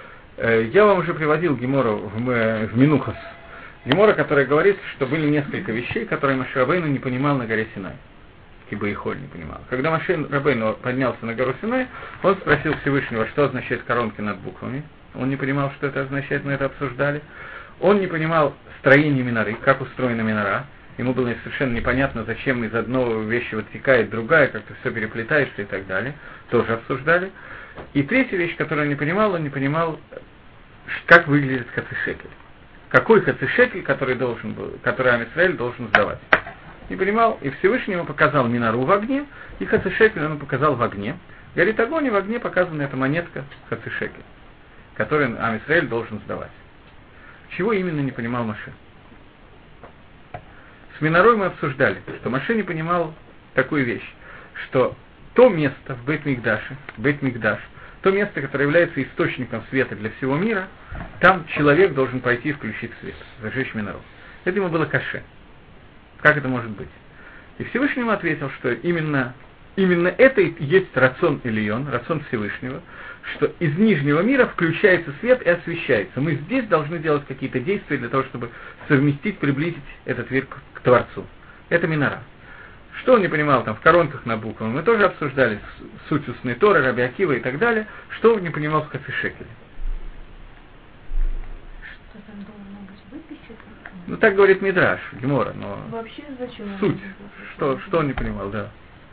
Э, я вам уже приводил Гемору в, в Минухас. Гемора, которая говорит, что были несколько вещей, которые Моше Рабейну не понимал на горе Синай. Ибо и Холь не понимал. Когда Моше Рабейну поднялся на гору Синай, он спросил Всевышнего, что означает коронки над буквами. Он не понимал, что это означает, мы это обсуждали. Он не понимал строение миноры, как устроена минора. Ему было совершенно непонятно, зачем из одного вещи вытекает другая, как-то все переплетается и так далее. Тоже обсуждали. И третья вещь, которую он не понимал, он не понимал, как выглядит хацишекель. Какой хацишекель, который должен был, который Ам Исраэль должен сдавать. Не понимал, и Всевышний ему показал минору в огне, и хацишекель он показал в огне. Горит огонь, и в огне показана эта монетка хацишекель, которую Ам Исраэль должен сдавать. Чего именно не понимал Моше? С минорой мы обсуждали, что Моше не понимал такую вещь, что то место в Бейт-Микдаше, Бейт-Микдаш, то место, которое является источником света для всего мира, там человек должен пойти и включить свет, зажечь минору. Это ему было каше. Как это может быть? И Всевышний ему ответил, что именно, именно это и есть рацион Элион, рацион Всевышнего, что из нижнего мира включается свет и освещается. Мы здесь должны делать какие-то действия для того, чтобы совместить, приблизить этот мир к, к Творцу. Это минора. Что он не понимал там в коронках на буквы, мы тоже обсуждали суть устной Торы, Раби Акива и так далее. Что он не понимал в хацишекеле? Что там должно быть выпечено? Ну так говорит Мидраш, Гемора, но Вообще зачем? суть, что, что он не понимал, да.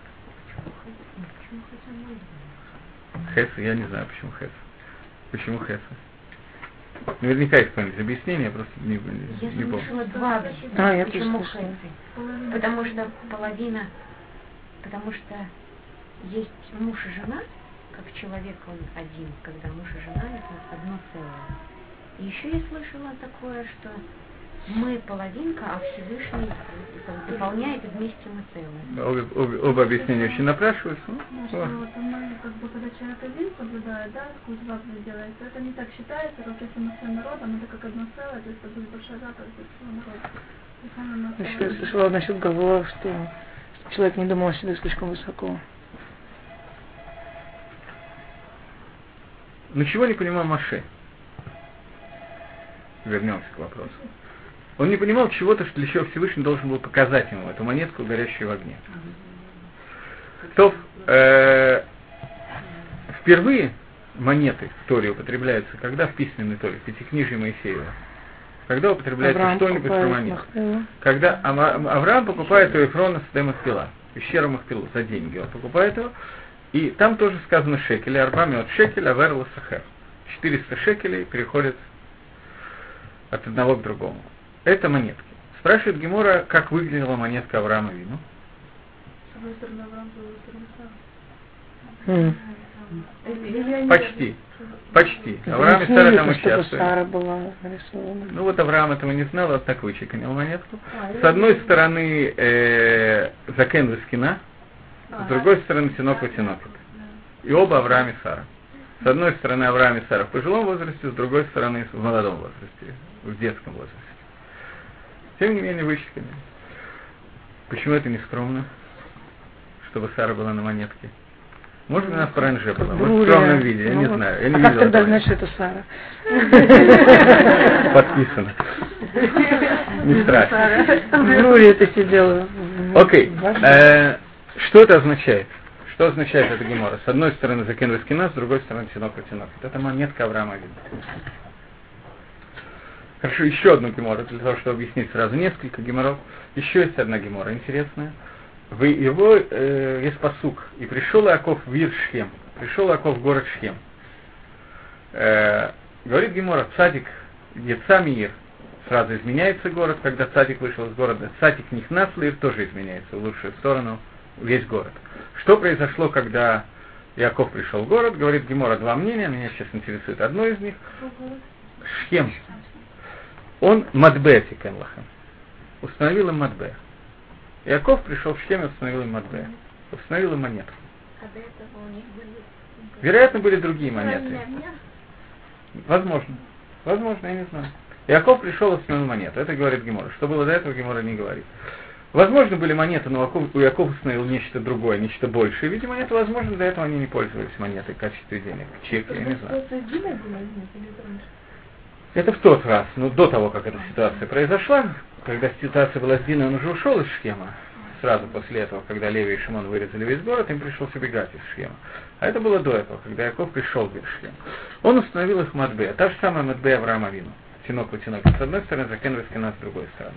Хеса, я не знаю, почему Хеса. Почему Хеса? Наверняка есть какое-нибудь объяснение, я просто не, не, не помню. Я слышала два объяснения, А, я почему тоже Хеса. Потому что половина, потому что есть муж и жена, как человек он один, когда муж и жена это одно целое. Еще я слышала такое, что мы половинка, а Всевышний как, дополняет, и вместе мы целые. Обе, обе, оба объяснения очень напрашиваются. Ну, Ну, что вот мы, как бы, когда человек один соблюдает, да, сквозь заповедь делает, то это не так считается, как если мы всем народом, это как одно целое, то есть это будет большая заповедь для всего народа. И сами мы Еще я слышала насчет Гавуа, что человек не думал о себе слишком высоко. Ну чего не понимал Моше? Вернемся к вопросу. Он не понимал чего-то, что для чего Всевышний должен был показать ему эту монетку, горящую в огне. То э, впервые монеты в Торе употребляются, когда в письменной Торе, в Пятикнижии Моисеева. Когда употребляется Авраам что-нибудь про монету. Когда Ава- Авраам покупает у Ефрона с Махпила, пещеру Махпилу, за деньги он покупает его. И там тоже сказано шекели, арбами от шекеля, аверла сахар. четыреста шекелей переходят от одного к другому. Это монетки. Спрашивает Гемора, как выглядела монетка Авраама Вину. С одной стороны Авраам, с другой стороны Сара. Почти. Почти. Авраам и Сара там участвуют. Сара была нарисована. Ну вот Авраам этого не знал, вот так вычеканил монетку. С одной стороны э, Закен Вескина, с другой стороны Тинок Ватинок. И оба Авраам и Сара. С одной стороны Авраам и Сара в пожилом возрасте, с другой стороны в молодом возрасте, в детском возрасте. Тем не менее вычеканили. Почему это не скромно, чтобы Сара была на монетке? Может, у нас в Паранже была, может, в скромном виде, я ну, не знаю. Я не а видел как тогда этого. знать, что это Сара? Подписано. Не страшно. В Руре это сидела. Окей. Что это означает? Что означает эта гемора? С одной стороны Закен Вескина, с другой стороны Тинок Ватинок. Это монетка Авраама Вину. Хорошо, еще одну гемору, для того, чтобы объяснить сразу несколько геморов. Еще есть одна гемора интересная. В его э, есть пасук. И пришел Иаков в Ир Шхем. Пришел Иаков в город Шхем. Э, говорит гемора, цадик Ецам Ир. Сразу изменяется город, когда цадик вышел из города. Цадик Нихнас Ир тоже изменяется в лучшую сторону весь город. Что произошло, когда Иаков пришел в город? Говорит гемора два мнения, меня сейчас интересует одно из них. Шхем. Он Мадбе Тикенлахем. Установил им Мадбе. Иаков пришел в Шхем и установил им Мадбе. Установил им монетку. А до этого у них были... Вероятно, были другие монеты. Возможно. Возможно, я не знаю. Иаков пришел и установил монету. Это говорит Гемора. Что было до этого, Гемора не говорит. Возможно, были монеты, но у Иакова установил нечто другое, нечто большее. Видимо, это возможно, до этого они не пользовались монетой в качестве денег. Чеки, я не знаю. Это в тот раз, ну, до того, как эта ситуация произошла, когда ситуация была с Диной, он уже ушел из Шхема, сразу после этого, когда Леви и Шимон вырезали весь город, им пришлось убегать из Шхема. А это было до этого, когда Иаков пришел в Шхем. Он установил их Мадбе, та же самая Мадбе Авраама Вину. Тинок Ватинок с одной стороны, Закен Вескина с другой стороны.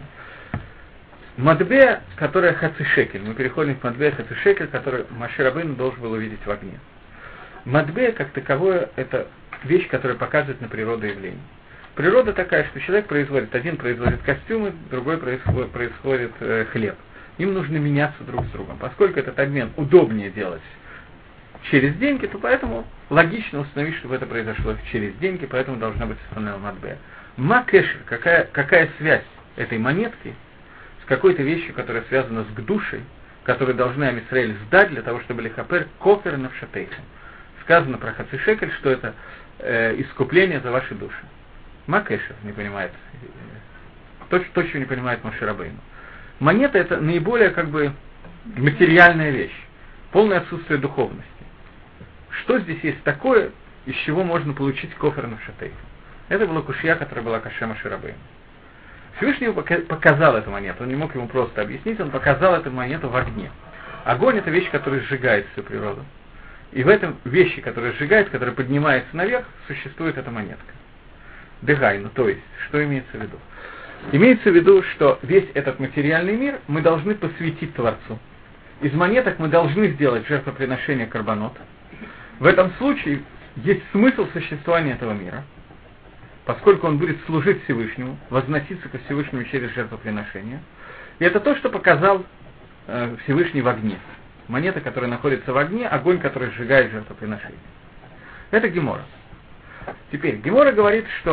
Мадбе, которая Хацишекель, мы переходим к Мадбе Хацишекель, который Моше Рабейну должен был увидеть в огне. Мадбе, как таковое, это вещь, которая показывает на природу явлений. Природа такая, что человек производит, один производит костюмы, другой происходит, происходит э, хлеб. Им нужно меняться друг с другом. Поскольку этот обмен удобнее делать через деньги, то поэтому логично установить, чтобы это произошло через деньги, поэтому должна быть установлена Мадбе. Макешер, какая, какая связь этой монетки с какой-то вещью, которая связана с гдушей, которую должны Амисраэль сдать для того, чтобы лихапер кофер навшатейхем. Сказано про Хацишекель, что это э, искупление за ваши души. Макешер не понимает, то, то, чего не понимает Моше Рабейну. Монета — это наиболее как бы материальная вещь, полное отсутствие духовности. Что здесь есть такое, из чего можно получить кофер навшатейхем? Это была кушья, которая была каше Моше Рабейну. Всевышний показал эту монету, он не мог ему просто объяснить, он показал эту монету в огне. Огонь — это вещь, которая сжигает всю природу. И в этом вещи, которая сжигает, которая поднимается наверх, существует эта монетка. Дегайну, то есть, что имеется в виду? Имеется в виду, что весь этот материальный мир мы должны посвятить Творцу. Из монеток мы должны сделать жертвоприношение карбонот. В этом случае есть смысл существования этого мира, поскольку он будет служить Всевышнему, возноситься ко Всевышнему через жертвоприношение. И это то, что показал э, Всевышний в огне. Монета, которая находится в огне, огонь, который сжигает жертвоприношение. Это Гемора. Теперь, Гемора говорит, что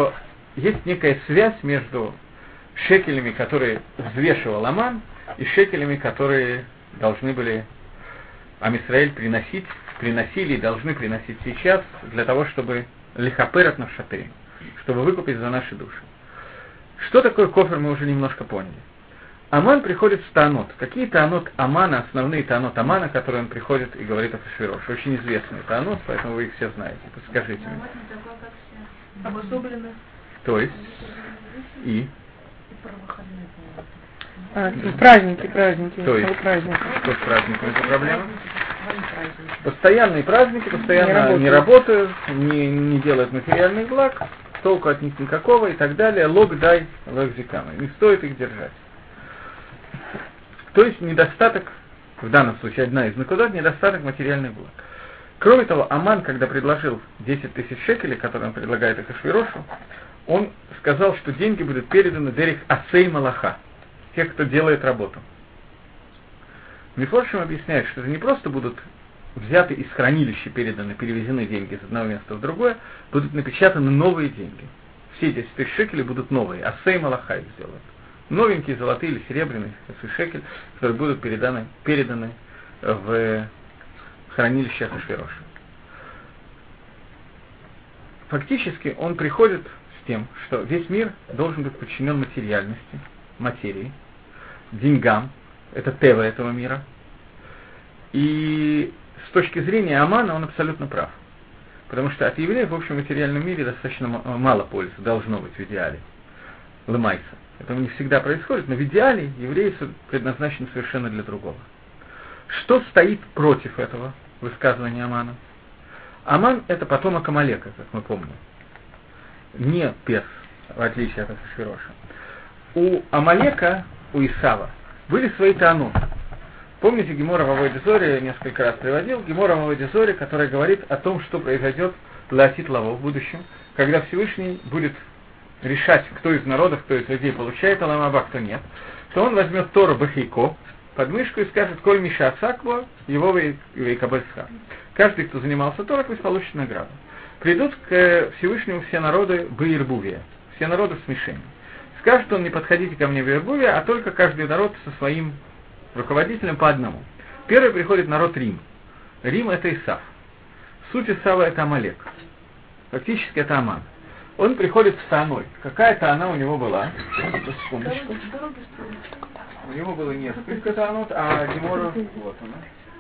есть некая связь между шекелями, которые взвешивал Аман, и шекелями, которые должны были Ам Исраэль приносить, приносили и должны приносить сейчас для того, чтобы лихаперат навшатырим, чтобы выкупить за наши души. Что такое кофер, мы уже немножко поняли. Аман приходит в таанот. Какие таанот Амана, основные таанот Амана, которые он приходит и говорит о Ахашвироше? Очень известный таанот, поэтому вы их все знаете. Подскажите мне. Обособленных. То есть? И? А, праздники, праздники. То есть? Праздники. Что с праздниками? Это проблема? Постоянные праздники, постоянно не не работают, не, не делают материальных благ, толку от них никакого и так далее. Лог дай, лог зикама. Не стоит их держать. То есть недостаток, в данном случае одна из накудот, недостаток материальных благ. Кроме того, Аман, когда предложил десять тысяч шекелей, которые он предлагает Ахашвирошу, он сказал, что деньги будут переданы Дерих Асей Малаха, тех, кто делает работу. Мифоршим объясняет, что это не просто будут взяты из хранилища, переданы, перевезены деньги из одного места в другое, будут напечатаны новые деньги. Все десять тысяч шекелей будут новые, Асей Малаха их сделают. Новенькие, золотые или серебряные, шекель, которые будут переданы, переданы в хранилище Ахашвироша. Фактически он приходит с тем, что весь мир должен быть подчинен материальности, материи, деньгам, это тева этого мира. И с точки зрения Амана он абсолютно прав. Потому что от евреев в общем материальном мире достаточно мало пользы, должно быть в идеале. Лымайса. Это не всегда происходит, но в идеале евреи предназначены совершенно для другого. Что стоит против этого высказывания Амана? Аман — это потомок Амалека, как мы помним. Не перс, в отличие от Ахашвироша. У Амалека, у Исава, были свои таанот. Помните, Гемора в Авойде Зоре, я несколько раз приводил, Гемора в Авойде Зоре, которая говорит о том, что произойдет Лаатит Лаво в будущем, когда Всевышний будет решать, кто из народов, кто из людей получает Алам Аба, кто нет, то он возьмет Тору Бахейко под мышку и скажет: «Коль Миша Асакбо, его вейкабельсха». Каждый, кто занимался Торой, пусть получит награду. Придут к Всевышнему все народы Баирбувия, все народы в смешении. Скажет он: «Не подходите ко мне в Баирбувия, а только каждый народ со своим руководителем по одному». Первый приходит народ Рим. Рим — это Исав. Суть Исава — это Амалек. Фактически это Аман. Он приходит с Тааной. Какая-то она у него была. Секундочку. У него было несколько Таанот, а Гемора вот она.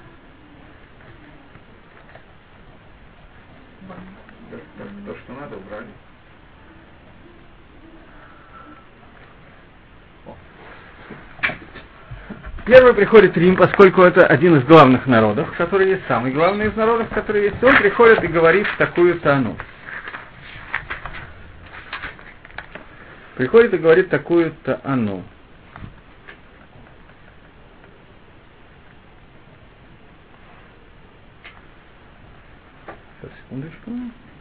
То, что надо, убрали. О. Первый приходит Рим, поскольку это один из главных народов, который есть самый главный из народов, который есть. Он приходит и говорит такую Таану. Приходит и говорит такую-то Ану. Сейчас, секундочку.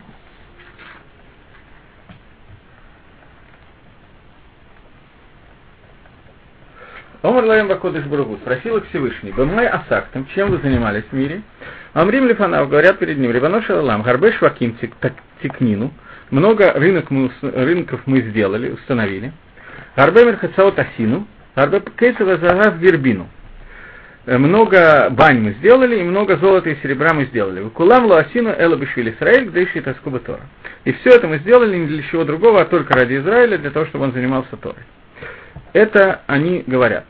Омар Лаем Бакодыш Баругу спросил их Всевышний: «Бэмай Асактам, чем вы занимались в мире?» Амрим Лифанав, говорят перед ним: «Рибанош Аллам, Гарбе Шваким Тикнину». Много рынок мы, рынков мы сделали, установили. Гарбе Мерхацаот Асину, Гарбе Кейсова Загав Вербину. Много бань мы сделали, и много золота и серебра мы сделали. Выкулам Луасину Эла Бешвиль Исраэль, Гдейши Таскуба Тора. И все это мы сделали не для чего другого, а только ради Израиля, для того, чтобы он занимался Торой. Это они говорят.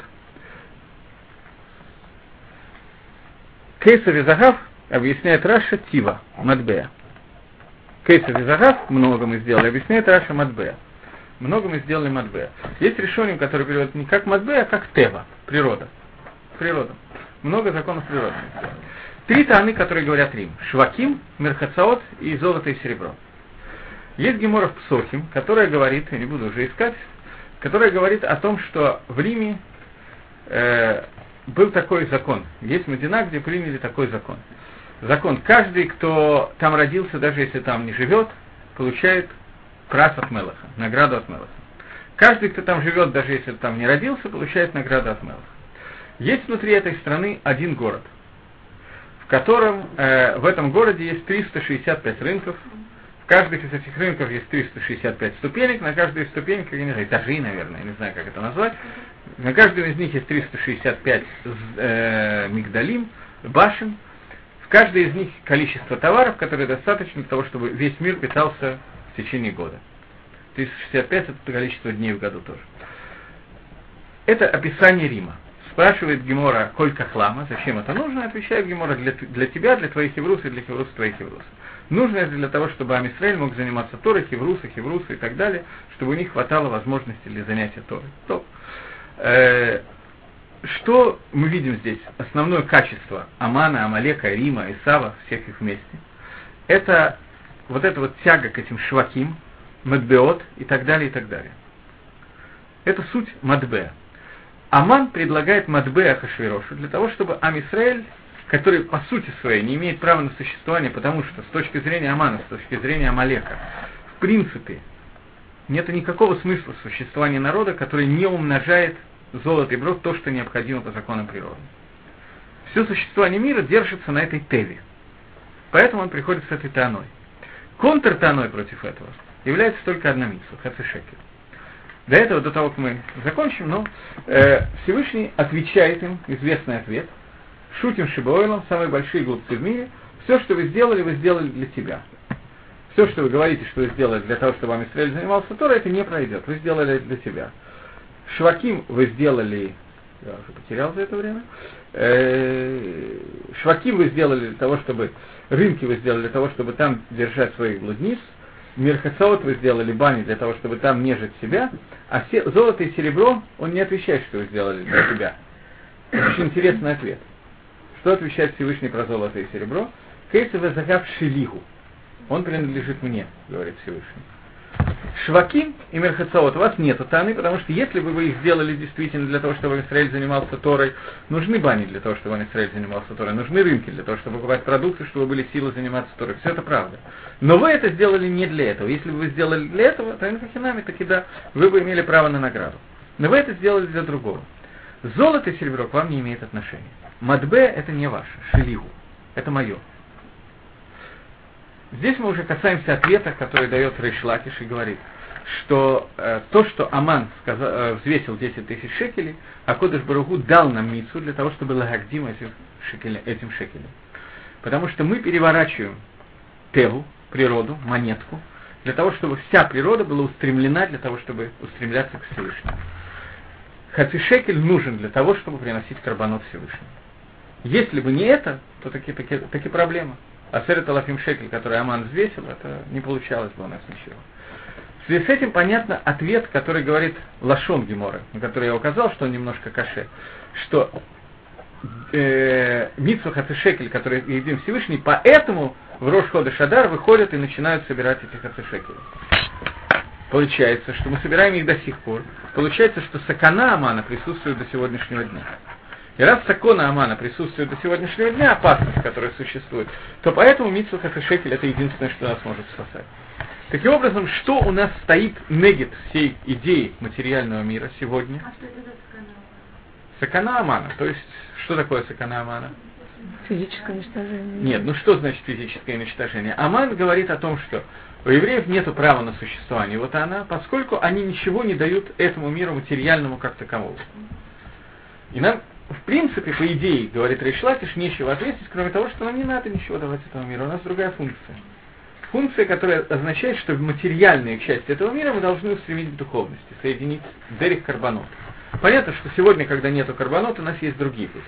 Кейсов и Загав объясняет Раша Тива, Матбея. Кейсов и Загав, много мы сделали, объясняет Раша Матбея. Много мы сделали Матбея. Есть решение, которое переводит не как Матбея, а как Тева, природа. Природа. Много законов природы. Три тааны, которые говорят Рим: Шваким, Мерхацаот и золото и серебро. Есть Гемора в Псохим, которая говорит, я не буду уже искать, которая говорит о том, что в Риме э, был такой закон. Есть Медина, где приняли такой закон. Закон: каждый, кто там родился, даже если там не живет, получает прас от Мелаха, награду от Мелаха. Каждый, кто там живет, даже если там не родился, получает награду от Мелаха. Есть внутри этой страны один город, в котором, э, в этом городе есть триста шестьдесят пять рынков, в каждых из этих рынков есть триста шестьдесят пять ступенек, на каждой из ступенек, я не знаю, этажей, наверное, я не знаю, как это назвать, на каждой из них есть триста шестьдесят пять э, мигдалим, башен, в каждой из них количество товаров, которые достаточно для того, чтобы весь мир питался в течение года. триста шестьдесят пять это количество дней в году тоже. Это описание Рима. Спрашивает Гемора Колька Хлама, зачем это нужно, отвечает Гемора для, для тебя, для твоих хеврус и для хеврус твоих хеврус. Нужно это для того, чтобы Ам Исраэль мог заниматься Торой, хеврусы, хеврусы и так далее, чтобы у них хватало возможности для занятия Торой. То, э, что мы видим здесь? Основное качество Амана, Амалека, Рима, Исава, всех их вместе, это вот эта вот тяга к этим шваким, мадбеот и так далее, и так далее. Это суть мадбеа. Аман предлагает мадбе Ахашвирошу для того, чтобы Ам Исраэль, который по сути своей не имеет права на существование, потому что с точки зрения Амана, с точки зрения Амалека, в принципе, нет никакого смысла существования народа, который не умножает золото и брод то, что необходимо по законам природы. Все существование мира держится на этой теве. Поэтому он приходит с этой таной. Контр-таной против этого является только одна мицва, хацешекель. До этого, до того, как мы закончим, но э, Всевышний отвечает им, известный ответ, шутим шибоэлом, самые большие глупцы в мире, все, что вы сделали, вы сделали для себя. Все, что вы говорите, что вы сделали для того, чтобы Ам Исраэль занимался Торой, это не пройдет, вы сделали это для себя. Шваким вы сделали, я уже потерял за это время, э, шваким вы сделали для того, чтобы, рынки вы сделали для того, чтобы там держать своих блудниц, Мирхацаот вы сделали бани для того, чтобы там нежить себя, а се- золото и серебро, он не отвечает, что вы сделали для себя. Это очень интересный ответ. Что отвечает Всевышний про золото и серебро? Кейсове загав шилиху. Он принадлежит мне, говорит Всевышний. Шваким и Мерхацаот, у вас нету таны, потому что если бы вы их сделали действительно для того, чтобы Израиль занимался Торой, нужны бани для того, чтобы Израиль занимался Торой, нужны рынки для того, чтобы покупать продукты, чтобы были силы заниматься Торой. Все это правда. Но вы это сделали не для этого. Если бы вы сделали для этого, то инфахинами, таки да, вы бы имели право на награду. Но вы это сделали для другого. Золото и серебро к вам не имеет отношения. Мадбе это не ваше, шелиху. Это мое. Здесь мы уже касаемся ответа, который дает Рейш Лакиш и говорит, что э, то, что Аман сказал, э, взвесил десять тысяч шекелей, а Кодеш Барух Ху дал нам мицву для того, чтобы лагагдим этим шекелем, этим шекелем. Потому что мы переворачиваем теву, природу, монетку, для того, чтобы вся природа была устремлена для того, чтобы устремляться к Всевышнему. Хацишекель нужен для того, чтобы приносить карбонот Всевышнему. Если бы не это, то таки, таки, таки проблема. А сэрет алафим шекель, который Аман взвесил, это не получалось бы у нас ничего. В связи с этим понятно ответ, который говорит Лашон Гемора, на который я указал, что он немножко каше, что э, мицва хацишекель, который едим Всевышний, поэтому в Рош Ходеш Адар выходят и начинают собирать эти хацишекели. Получается, что мы собираем их до сих пор. Получается, что сакана Амана присутствует до сегодняшнего дня. И раз сакона Амана присутствует до сегодняшнего дня, опасность, которая существует, то поэтому мицва хацишекель это единственное, что нас может спасать. Таким образом, что у нас стоит негет всей идеи материального мира сегодня? А что это за сакана? Сакана Амана. То есть, что такое сакана Амана? Физическое уничтожение. Нет, ну что значит физическое уничтожение? Аман говорит о том, что у евреев нет права на существование. Вот она, поскольку они ничего не дают этому миру материальному как таковому. И нам, в принципе, по идее, говорит Рейш Лакиш, нечего ответить, кроме того, что нам не надо ничего давать этому миру. У нас другая функция. Функция, которая означает, что в материальные части этого мира мы должны устремить к духовности, соединить дерек карбонот. Понятно, что сегодня, когда нету карбонот, у нас есть другие пути.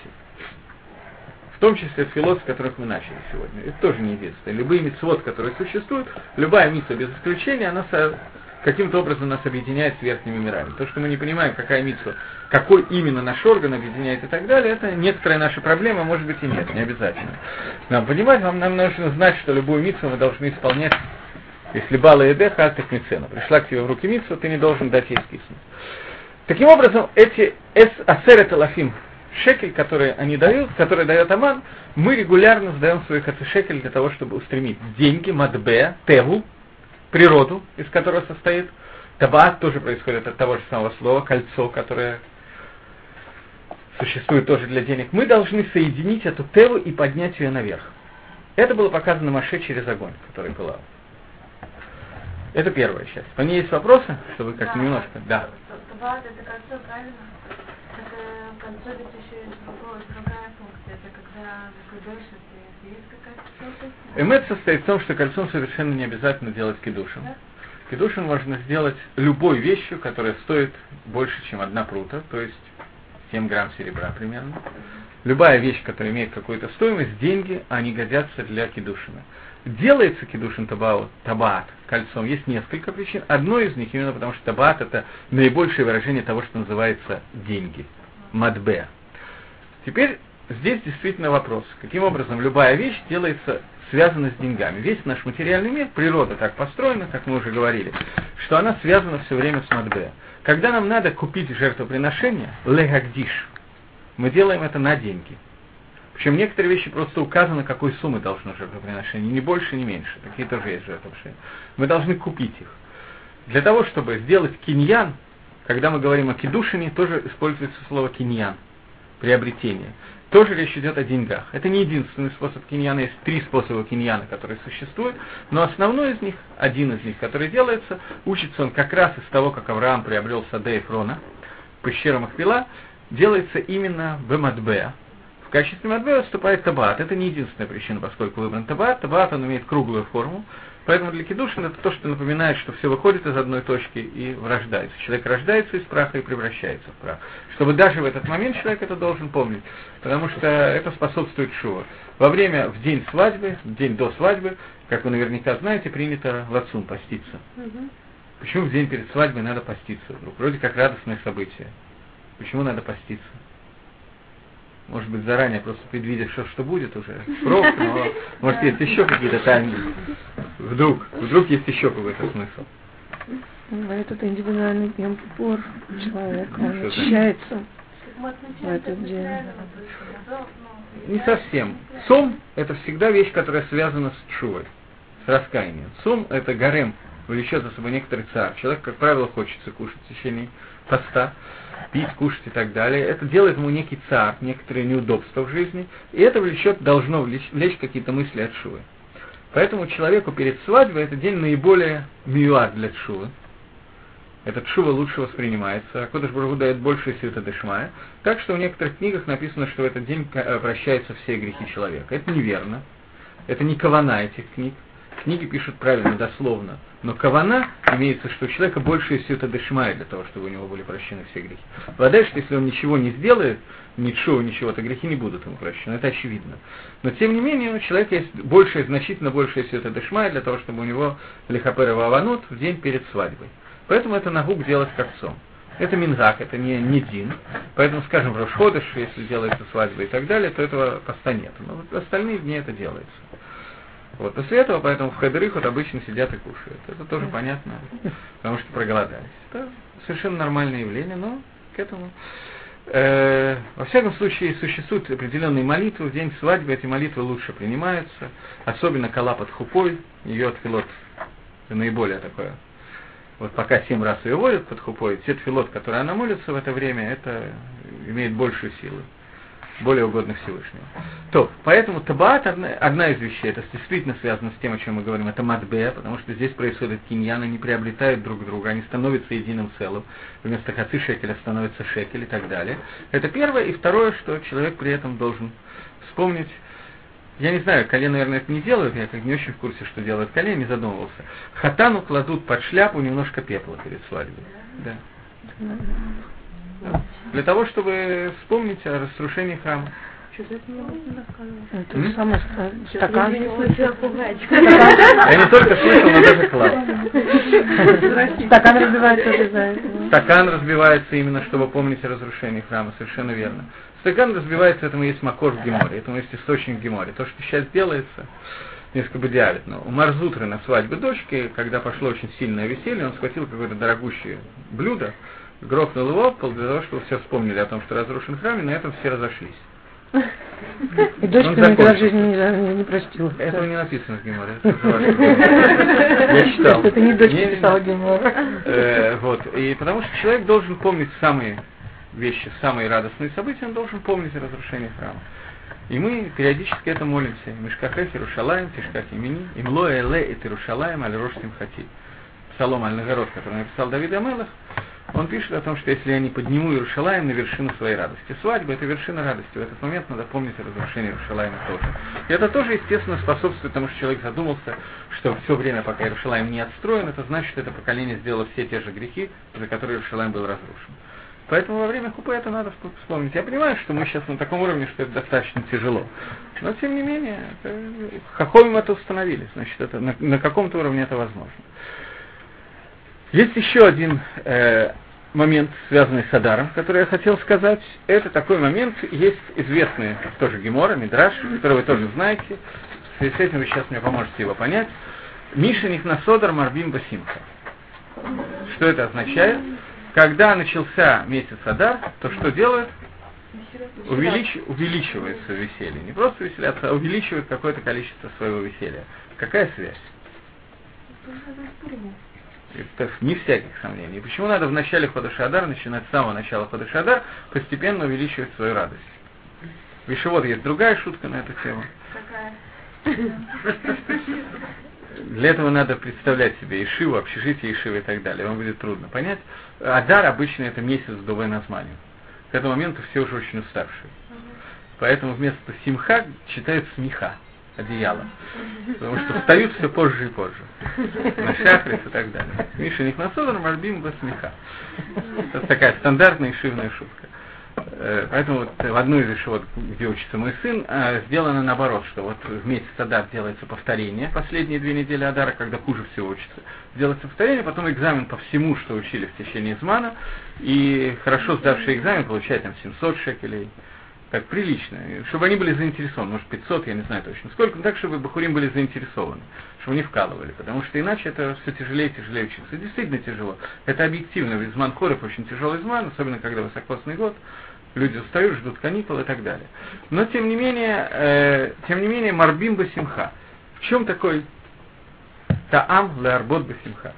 В том числе филот, с которых мы начали сегодня. Это тоже не единственное. Любые мицвот, которые существуют, любая мицва без исключения, она со, каким-то образом нас объединяет с верхними мирами. То, что мы не понимаем, какая мицва, какой именно наш орган объединяет и так далее, это некоторая наша проблема, может быть и нет, не обязательно. Нам понимать, нам, нам нужно знать, что любую мицву мы должны исполнять. Если бала едеха, альтах мицена. Пришла к тебе в руки мицва, ты не должен дать ей скиснуть. Таким образом, эти эс асерет алафим шекель, которые они дают, которые дает Аман, мы регулярно сдаем свои хацишекель для того, чтобы устремить деньги, мадбе, теву, природу, из которого состоит. Табаат тоже происходит от того же самого слова, кольцо, которое существует тоже для денег. Мы должны соединить эту теву и поднять ее наверх. Это было показано Моше через огонь, который пылал. Это первая часть. По ней есть вопросы, чтобы как-то Да. немножко... Да. Табаат это кольцо, правильно? Так э, в кольцо ведь еще есть другое, другая функция. Это когда кидуш, это есть какая-то функция? Эмет состоит в том, что кольцом совершенно не обязательно делать кидушин. Да? Кидушин можно сделать любой вещью, которая стоит больше, чем одна прута, то есть семь грамм серебра примерно. Любая вещь, которая имеет какую-то стоимость, деньги, они годятся для кидушина. Делается кидушин табаат, табаат кольцом, есть несколько причин. Одно из них именно потому, что табаат это наибольшее выражение того, что называется деньги, матбе. Теперь здесь действительно вопрос, каким образом любая вещь делается, связана с деньгами. Весь наш материальный мир, природа так построена, как мы уже говорили, что она связана все время с матбе. Когда нам надо купить жертвоприношение, легагдиш, мы делаем это на деньги. Причем некоторые вещи просто указано, какой суммы должно жертвоприношение, ни больше, ни меньше. Такие тоже есть жертвоприношения. Мы должны купить их. Для того, чтобы сделать киньян, когда мы говорим о кидушине, тоже используется слово киньян, приобретение. Тоже речь идет о деньгах. Это не единственный способ киньяна, есть три способа киньяна, которые существуют, но основной из них, один из них, который делается, учится он как раз из того, как Авраам приобрел Саде Эфрона, пещера Махпила, делается именно в матбе. В качестве матбе выступает табаат. Это не единственная причина, поскольку выбран табаат. Табаат, он имеет круглую форму, поэтому для кидушин это то, что напоминает, что все выходит из одной точки и врождается. Человек рождается из праха и превращается в прах. Чтобы даже в этот момент человек это должен помнить, потому что это способствует шува. Во время, в день свадьбы, в день до свадьбы, как вы наверняка знаете, принято лацун, поститься. Мгм. Почему в день перед свадьбой надо поститься вдруг? Вроде как радостное событие. Почему надо поститься? Может быть, заранее просто предвидя, что, что будет уже. Пробка, но может есть еще какие-то тайны. Вдруг, вдруг есть еще какой-то смысл. Ну, этот индивидуальный днем пор человека, Ну, он что очищается Мы в отмечаем этот это день. правильно, то есть, да, ну, Не совсем. Цом – это всегда вещь, которая связана с чувой, с раскаянием. Цом – это гарем, влечет за собой некоторый царь. Человек, как правило, хочется кушать в течение поста, пить, кушать и так далее. Это делает ему некий царь, некоторые неудобства в жизни, и это влечет, должно влечь, влечь какие-то мысли от шувы. Поэтому человеку перед свадьбой это день наиболее миуад для шувы. Этот шува лучше воспринимается, а Кодеш Барух Ху дает больше сиута дешмая, так что в некоторых книгах написано, что в этот день прощаются все грехи человека. Это неверно, это не кавана этих книг. Книги пишут правильно, дословно, но кавана имеется, что у человека больше сиута дешмая для того, чтобы у него были прощены все грехи. Вода, что если он ничего не сделает, ни шува, ничего, то грехи не будут ему прощены, это очевидно. Но тем не менее у человека есть большее, значительно большее сиута дешмая для того, чтобы у него лихапера ваванут в день перед свадьбой. Поэтому это нагук делать как цом. Это мингак, это не, не дин. Поэтому, скажем, в Рош-ходеш, если делается свадьба и так далее, то этого поста нет. Но вот в остальные дни это делается. Вот. После этого, поэтому в хедерихот обычно сидят и кушают. Это тоже понятно, потому что проголодались. Это совершенно нормальное явление, но к этому... Э, во всяком случае, существуют определенные молитвы. В день свадьбы эти молитвы лучше принимаются. Особенно кала под хупой. Ее тфилот наиболее такое... Вот пока семь раз ее водят под хупой, те тфилот, которые она молится в это время, это имеет большую силу, более угодно Всевышнему. То, поэтому табаат одна, одна из вещей, это действительно связано с тем, о чем мы говорим, это матбе, потому что здесь происходит киньян, они приобретают друг друга, они становятся единым целым, вместо хаци шекеля становится шекель и так далее. Это первое. И второе, что человек при этом должен вспомнить. Я не знаю, колен, наверное, это не делают, я как не очень в курсе, что делают колен, не задумывался. Хатану кладут под шляпу немножко пепла перед свадьбой. Да. Да. Для того, чтобы вспомнить о разрушении храма. Что-то это мне не рассказывал. Это же самое ста- стакан. Я не слышала пугать. Я не только слышал, но даже клал. Стакан разбивается обязательно. Стакан разбивается именно, чтобы помнить о разрушении храма, совершенно верно. Стакан разбивается, этому есть макор в Геморе, этому есть источник в Геморе. То, что сейчас делается, несколько бодиалит. Но у Марзутры на свадьбе дочки, когда пошло очень сильное веселье, он схватил какое-то дорогущее блюдо, грохнул его в пол для того, чтобы все вспомнили о том, что разрушен храм, и на этом все разошлись. И дочка никогда в жизни не, не, не простила. Этого не написано в Геморе. Я читал. Это не дочка писала Гемор. Вот. И потому что человек должен помнить самые вещи, самые радостные события, он должен помнить о разрушении храма. И мы периодически это молимся. Мишкахех Иерушалаем, Тишках Имени, Имло Эле и Иерушалаем, Аль Рош Симхати. Псалом Аль-Нагород, который написал Давид ха-Мелех, он пишет о том, что если я не подниму Иерушалаим на вершину своей радости. Свадьба – это вершина радости. В этот момент надо помнить о разрушении Иерушалаима тоже. И это тоже, естественно, способствует тому, что человек задумался, что все время, пока Иерушалаим не отстроен, это значит, что это поколение сделало все те же грехи, за которые Иерушалаим был разрушен. Поэтому во время хупы это надо вспомнить. Я понимаю, что мы сейчас на таком уровне, что это достаточно тяжело. Но, тем не менее, хахомим это установили. Значит, это, на, на каком-то уровне это возможно. Есть еще один э, момент, связанный с Адаром, который я хотел сказать. Это такой момент, есть известный тоже Гемора, Мидраш, который вы тоже знаете. В связи с этим вы сейчас мне поможете его понять. Миша Нихнасодар Марбим Басимха. Что это означает? Когда начался месяц Адар, то что делают? Увелич... Увеличивается веселье. Не просто веселятся, а увеличивают какое-то количество своего веселья. Какая связь? Это не всяких сомнений. Почему надо в начале Ходеш Адар, начинать с самого начала Ходеш Адар, постепенно увеличивать свою радость? В вот есть другая шутка на эту тему. Какая? Для этого надо представлять себе Ишиву, общежитие Ишивы и так далее. Вам будет трудно понять. Адар обычно это месяц до Вейназманию. К этому моменту все уже очень уставшие. Поэтому вместо Симха читают Смиха, одеяло. Потому что встают все позже и позже. На шахрис и так далее. Миша Нихнасодар Марбим Басмиха. Это такая стандартная ишивная шутка. Поэтому вот в одной из ишивот, где учится мой сын, сделано наоборот, что вот в месяц Адар делается повторение, последние две недели Адара, когда хуже всего учится, делается повторение, потом экзамен по всему, что учили в течение Змана, и хорошо сдавший экзамен получает там семьсот шекелей, так прилично, чтобы они были заинтересованы, может пятьсот, я не знаю точно сколько, но так, чтобы бахурим были заинтересованы, чтобы они вкалывали, потому что иначе это все тяжелее и тяжелее учиться. Действительно тяжело, это объективно, ведь Зман Хорев очень тяжелый Зман, особенно когда высокосный год, люди устают, ждут каникул и так далее. Но тем не менее, э, тем не менее, Марбим Басимха. В чем такой Таам Леарбот Басимха?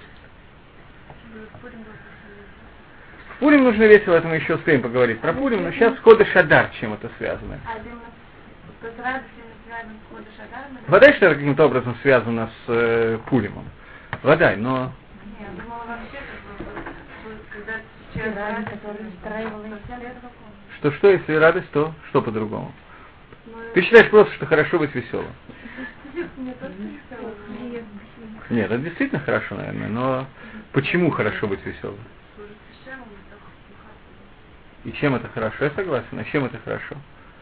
Пурим нужно весело, это мы еще успеем поговорить про Пурим, но сейчас Ходеш Адар, чем это связано. Вода, что это каким-то образом связано с э, Пуримом. Вода, но... Я думала вообще, когда человек, который устраивал Что, что, если радость, то что по-другому? Ты считаешь просто, что хорошо быть веселым? Нет, это действительно хорошо, наверное, но почему хорошо быть веселым? И чем это хорошо? Я согласен, а чем это хорошо?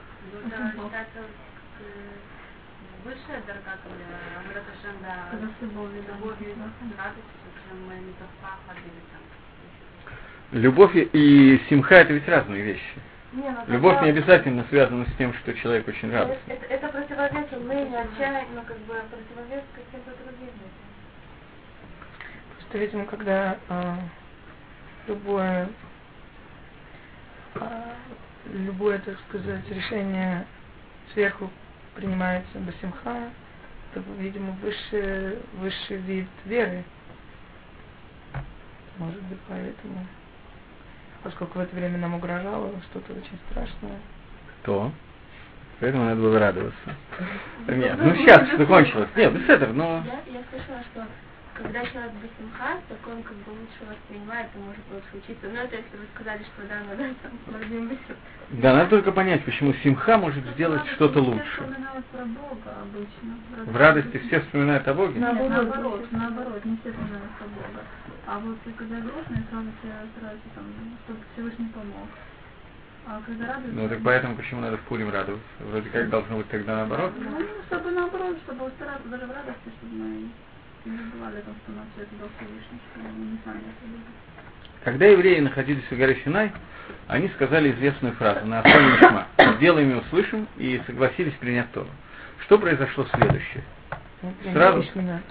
Высшая дорога, когда любовью, радостью, чем мы не заплакали там. Любовь и симха — это ведь разные вещи. Не, ну, любовь тогда... не обязательно связана с тем, что человек очень радостный. Это, это противовес унынию, отчаянию, но как бы противовес каким-то другим вещам. Просто, видимо, когда а, любое, а, любое, так сказать, решение сверху принимается басимха, то, видимо, высший, высший вид веры. Может быть, поэтому... Поскольку в это время нам угрожало что-то очень страшное. То. Поэтому надо было радоваться. Нет, ну сейчас закончилось. Нет, без этого, но... Я, я слышала, что когда человек басимха, так он как бы лучше воспринимает и может лучше учиться. Но это если вы сказали, что да, надо там Марбим Басимха. Да, надо только понять, почему симха может сделать что-то лучше. Все вспоминают про Бога обычно. В радости все вспоминают о Боге? Наоборот, наоборот, наоборот, не все вспоминают про Бога. А вот когда грустно, сразу все стараются там, чтобы Всевышний помог. А когда радуются... Ну так поэтому почему надо в Пурим радоваться? Вроде как должно быть тогда наоборот. Ну, чтобы наоборот, чтобы стараться даже в радости, чтобы мы не забывали о том, что нас все это дал Всевышний, что мы не сами это любим. Когда евреи находились у горы Синай, они сказали известную фразу на основе Мишма: «Сделаем и услышим», и согласились принять Тору. Что произошло следующее? Сразу...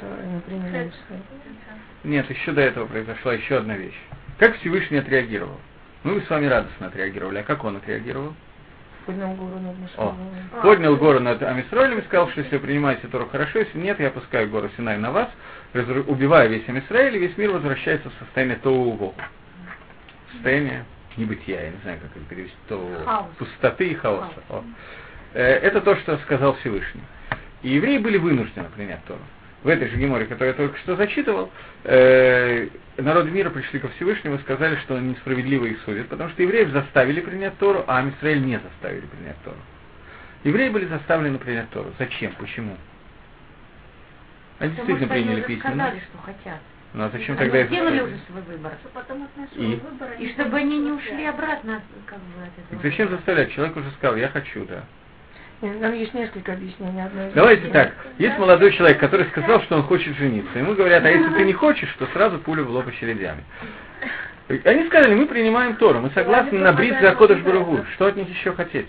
Нет, еще до этого произошла еще одна вещь. Как Всевышний отреагировал? Мы с вами радостно отреагировали, а как он отреагировал? Поднял гору над Амисроилем. Поднял гору над Амисроилем и сказал, что если вы принимаете Тору хорошо, если нет, я опускаю гору Синай на вас, убиваю весь Амисроиль, и весь мир возвращается в состояние тоу-ву. Состояние небытия, я не знаю, как это перевести, тоу-ву. Пустоты и хаоса. О. Это то, что сказал Всевышний. И евреи были вынуждены принять Тору. в этой же Геморе, которую я только что зачитывал, э, народы мира пришли ко Всевышнему и сказали, что он несправедливо их судит, потому что евреев заставили принять Тору, а Ам-Исраэль не заставили принять Тору. Евреи были заставлены принять Тору. Зачем? Почему? Они Потому что действительно они приняли уже письменно. сказали, что хотят. Ну а зачем Они тогда это сделали сказать? уже свой выбор. Потом от нашего И? выбора И чтобы они не ушли обратно от, как бы, от этого. Зачем выбора. заставлять? Человек уже сказал, я хочу, да. Нет, там есть несколько объяснений. Одно из Давайте них- так, есть молодой человек, который сказал, что он хочет жениться. Ему говорят, а если ты не хочешь, то сразу пулю в лоб очередями. Они сказали, мы принимаем Тору, мы согласны на брит за Кодеш Баругу. Что от них еще хотеть?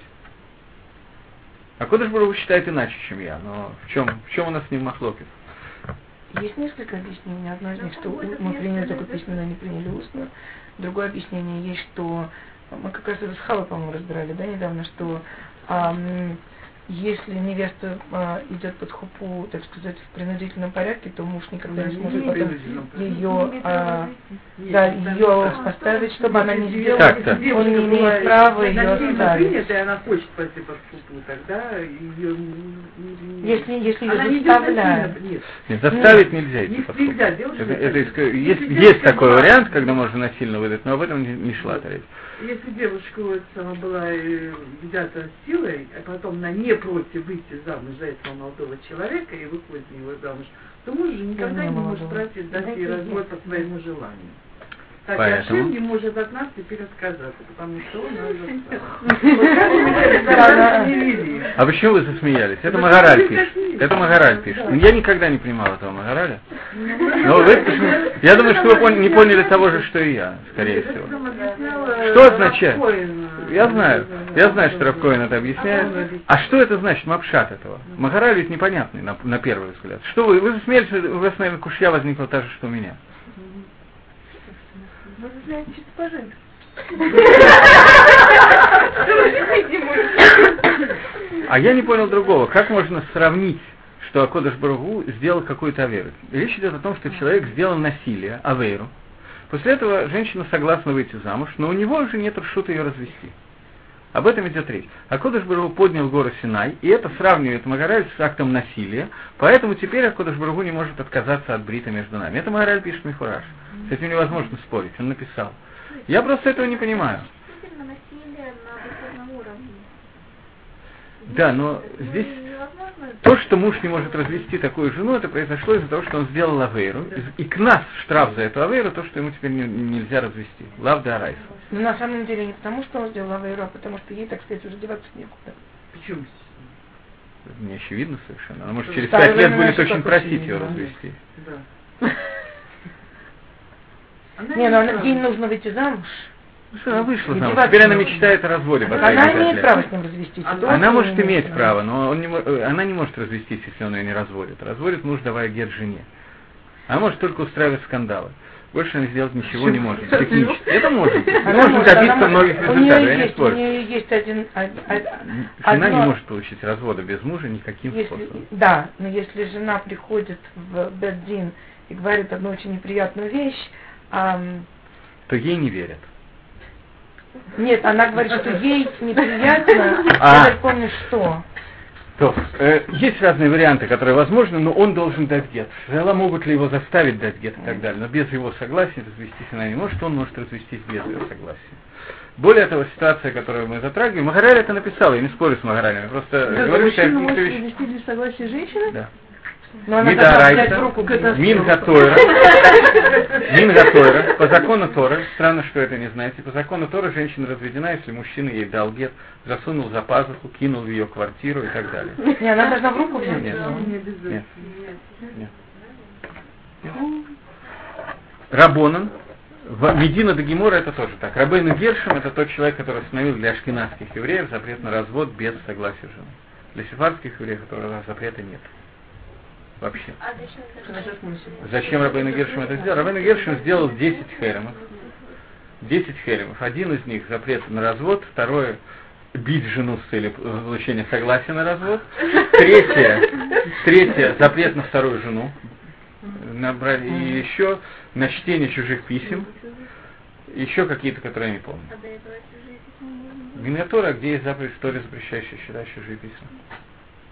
А Кодеш Баругу считает иначе, чем я. Но в чем, в чем у нас с ним махлокис? Есть несколько объяснений. Одно из них, что у- мы приняли только письменно, не приняли устно. Другое объяснение есть, что мы как раз это с Хавой, по-моему, разбирали, да, недавно, что ам, если невеста а, идет под хупу, так сказать, в принудительном порядке, то муж никогда не сможет потом ее, а, да, ее поставить, чтобы она не сделала, Так-то. он не имеет права ее оставить. Если она хочет пойти под хупу, тогда ее не... Если, если Она ее не идет заставляют. насильно, нет. Нет, заставить нельзя идти Если под хупу. нельзя делать, Это, что это заставить. иск- есть, Если есть девушка такой была- вариант, когда можно насильно выдать, но об этом не, не шла речь. Если девушка вот, сама была э, взята силой, а потом она не против выйти замуж за этого молодого человека и выходит за него замуж, то муж же никогда Не не может молодого. брать и дать ей развод по своему желанию. Так, Поэтому- Ашем не может от нас теперь отказаться, потому что он Да, не вели. А почему вы засмеялись? Это Да Магараль вы пишет. такие. Это Магараль пишет. Я никогда не понимал этого Магараля. Но вы, я думаю, что вы пон- не поняли того же, что и я, скорее всего. Что означает? Я знаю, я знаю, что Рав Коэн это объясняет. А что это значит, мапшат этого? Магараль ведь непонятный на, на первый взгляд. Что вы, вы засмеялись, у вас, наверное, кушья возникла та же, что у меня. Вы знаете, чисто по-женски. А я не понял другого. Как можно сравнить, что Акодеш Баругу сделал какую-то аверу? Речь идет о том, что человек сделал насилие, аверу. После этого женщина согласна выйти замуж, но у него уже нет ршута ее развести. Об этом идет речь. Акодеш Баругу поднял гору Синай, и это сравнивает Магараль с актом насилия, поэтому теперь Акодеш Баругу не может отказаться от брита между нами. Это Магараль пишет Мифураж. С этим невозможно спорить, он написал. Я просто этого не понимаю. Действительно, насилие на духовном уровне. Да, но Ну, здесь невозможно. то, что муж не может развести такую жену, это произошло из-за того, что он сделал авейру. И к нас штраф за эту авейру, то, что ему теперь не- нельзя развести. Лав да арайса. Но на самом деле не потому, что он сделал авейру, а потому что ей, так сказать, уже деваться некуда. Почему? Это не очевидно совершенно. Она может через Старое пять лет время будет еще очень как просить очевидно, ее да. развести. Да. Не, ну она, ей нужно выйти замуж. Ну что, она вышла И замуж, деваться теперь она некуда. мечтает о разводе. Она последние пять имеет лет. право с ним развестись. Она Ситуация Она может имеет иметь право, но он не, мо- э, она не может развестись, если он ее не разводит. Разводит муж, давая гет жене. Она может только устраивать скандалы. Больше она сделать ничего не может, технически. Это может. Она Можно может, добиться она многих может. У результатов, нее я не есть, у спорю. нее есть один, од- од- Жена не одно- может получить развода без мужа никаким если, способом. да, но если жена приходит в бет-дин и говорит одну очень неприятную вещь, ам, То ей не верят. нет, она говорит, что ей неприятно, А. я так помню, что. То, э, есть разные варианты, которые возможны, но он должен дать гет. Жена могут ли его заставить дать гет и так далее, но без его согласия развестись она не может, он может развестись без ее согласия. Более того, ситуация, которую мы затрагиваем, Магараль это написал, я не спорю с Магаралем, я просто Да, говорю, что я мужчина может какие-то вещи... развести без согласия женщины? Да. Но она должна взять в Мидарайса, руку. Минга Тойра, Минга Тойра, по закону Торы, странно, что это не знаете, по закону Торы женщина разведена, если мужчина ей дал гет, засунул за пазуху, кинул в ее квартиру и так далее. Не, она должна в руку взять. Нет. Не обязательно. Нет. Нет. Нет. Рабонан, в Медина де Гемора это тоже так. Рабейну Гершем это тот человек, который установил для ашкеназских евреев запрет на развод без согласия жены. Для сефардских евреев этого запрета нет. Вообще. А зачем это? Зачем Рабейну Гершем это сделал? Рабейну Гершем сделал десять херемов. десять херемов. Один из них запрет на развод, второе бить жену с целью получения согласия на развод. Третье, третье запрет на вторую жену. На, и еще на чтение чужих писем. Еще какие-то, которые я не помню. А до этого чужие письма можно? Мингатора, где есть заповедь в Торе, запрещающая читать чужие письма.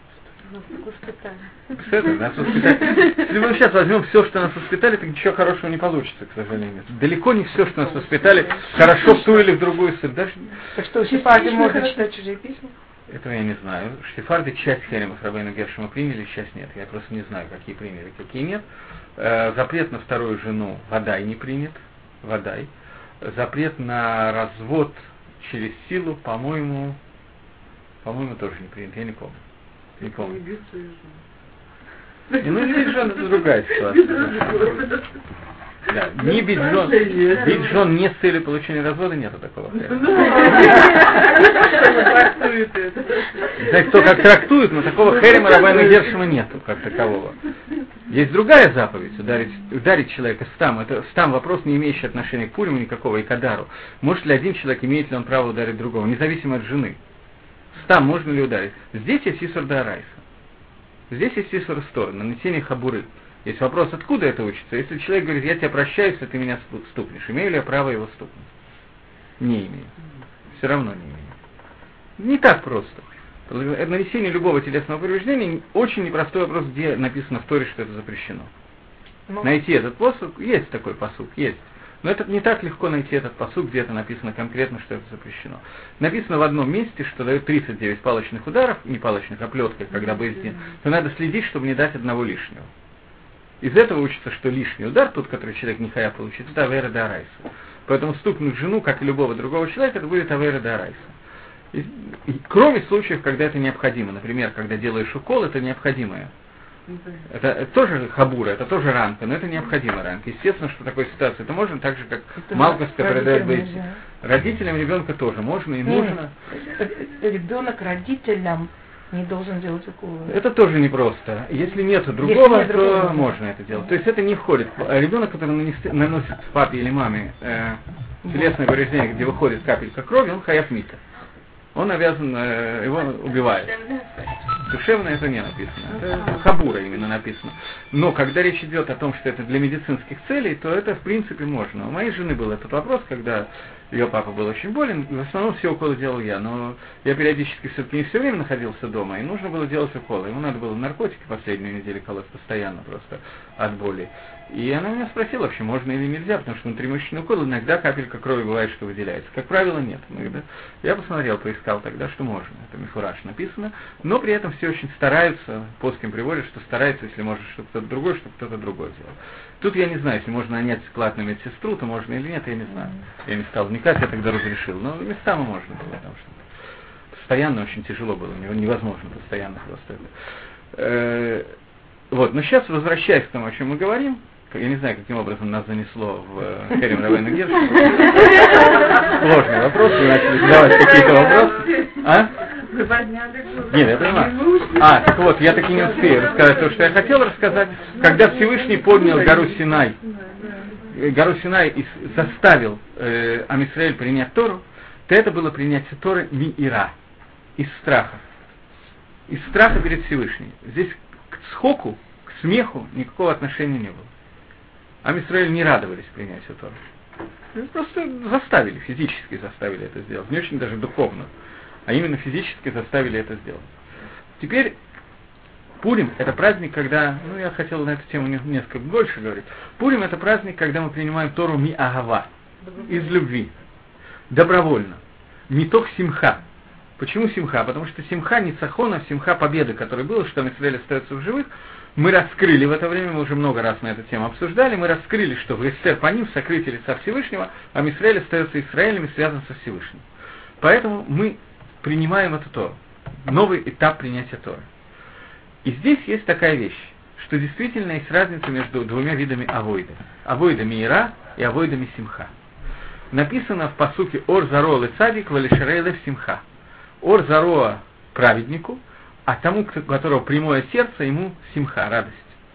Нас так воспитали. Это, нас воспитали. Если мы сейчас возьмем все, что нас воспитали, то ничего хорошего не получится, к сожалению. Далеко не все, что нас воспитали, хорошо в ту или в другую сторону. Даже... Так что, в сефарде можно читать чужие письма? Этого я не знаю. Сефарды часть херемов Рабейну Гершема приняли, часть нет. Я просто не знаю, какие приняли, какие нет. Э, запрет на вторую жену Вадай не принят. Вадай. Запрет на развод через силу, по-моему, по-моему, тоже не принят. Я не помню. Не помню. Не, ну не бить жен, это другая ситуация. Да. Не бить жен, бить жен не с целью получения развода, нету такого. Знаете, кто как трактует, но такого херема Рабейну Гершема нету, как такового. Есть другая заповедь, ударить, ударить человека стам. Это стам вопрос, не имеющий отношения к Пуриму никакого и к Адару. Может ли один человек, имеет ли он право ударить другого, независимо от жены. Стам можно ли ударить? Здесь есть Исур Д'Орайса. Здесь есть Исур Стор, нанесение хабуры. Есть вопрос, откуда это учится. Если человек говорит, я тебя прощаю, если ты меня стукнешь, имею ли я право его стукнуть? Не имею. Все равно не имею. Не так просто. Нанесение любого телесного повреждения очень непростой вопрос, где написано в Торе, что это запрещено. Ну. Найти этот посук, есть такой посук, есть. Но это не так легко найти этот посук, где это написано конкретно, что это запрещено. Написано в одном месте, что дают тридцать девять палочных ударов, не палочных, а плеткой, когда бейздин, то надо следить, чтобы не дать одного лишнего. Из этого учится, что лишний удар, тот, который человек не хая получит, это авейра д'орайса. Поэтому стукнуть жену, как и любого другого человека, это будет авейра д'орайса. И, и, кроме случаев, когда это необходимо. Например, когда делаешь укол, это необходимое. Это, это тоже хабура, это тоже ранка, но это необходимая ранка. Естественно, что в такой ситуации это можно, так же, как Малкус, который дает бейти. Родителям ребенка тоже можно и нужно. Ребенок родителям не должен делать уколы. Это тоже непросто. Если нет другого, нет то другого, можно это делать. То есть это не входит. Ребенок, который нанес- наносит папе или маме э, телесное повреждение, где выходит капелька крови, он хаяв мита. Он обязан, э, его убивает. Душевно это не написано. Это хабура именно написано. Но когда речь идет о том, что это для медицинских целей, то это в принципе можно. У моей жены был этот вопрос, когда ее папа был очень болен, в основном все уколы делал я, но я периодически все-таки не все время находился дома, и нужно было делать уколы. Ему надо было наркотики последнюю неделю колоть постоянно просто от боли. И она меня спросила вообще, можно или нельзя, потому что внутримышечный укол иногда капелька крови бывает, что выделяется. Как правило, нет. Иногда. Я посмотрел, поискал тогда, что можно. Это мифураж написано. Но при этом все очень стараются, поским приводят, что стараются, если может что-то другое, чтобы кто-то другой делал. Тут я не знаю, если можно нанять платную медсестру, то можно или нет, я не знаю. Я не стал вникать, я тогда разрешил. Но местами можно было, потому что постоянно очень тяжело было, невозможно постоянно просто это. Э-э- вот, но сейчас, возвращаясь к тому, о чем мы говорим, я не знаю, каким образом нас занесло в Херем Рабейну Гершема. Сложный вопрос, вы начали задавать какие-то вопросы. А? Нет, я понимаю. А, так вот, я таки не успею рассказать то, что я хотел рассказать. Когда Всевышний поднял гору Синай, гору Синай и заставил э, Ам Исраэль принять Тору, то это было принятие Торы ми-ира, из страха. Из страха перед Всевышним. Здесь к цхоку, к смеху никакого отношения не было. Ам Исраэль не радовались принятию Торы. Просто заставили, физически заставили это сделать. Не очень даже духовно, а именно физически заставили это сделать. Теперь Пурим – это праздник, когда, ну я хотел на эту тему несколько больше говорить. Пурим – это праздник, когда мы принимаем Тору ми-агава, из любви, добровольно. Митох симха. Почему симха? Потому что симха ницахон, а симха победы, которая была, что Ам Исраэль остается в живых. Мы раскрыли, в это время мы уже много раз на эту тему обсуждали, мы раскрыли, что в Эстер по ним сокрытие лица Всевышнего, а Исраэль остается Израилем и связан со Всевышним. Поэтому мы принимаем эту Тору, новый этап принятия Торы. И здесь есть такая вещь, что действительно есть разница между двумя видами авойда. Авойда миира и авойда мисимха. Написано в пасуке «Ор зароа лецадик валишерей симха». Ор зароа праведнику, а тому, у которого прямое сердце, ему симха, радость.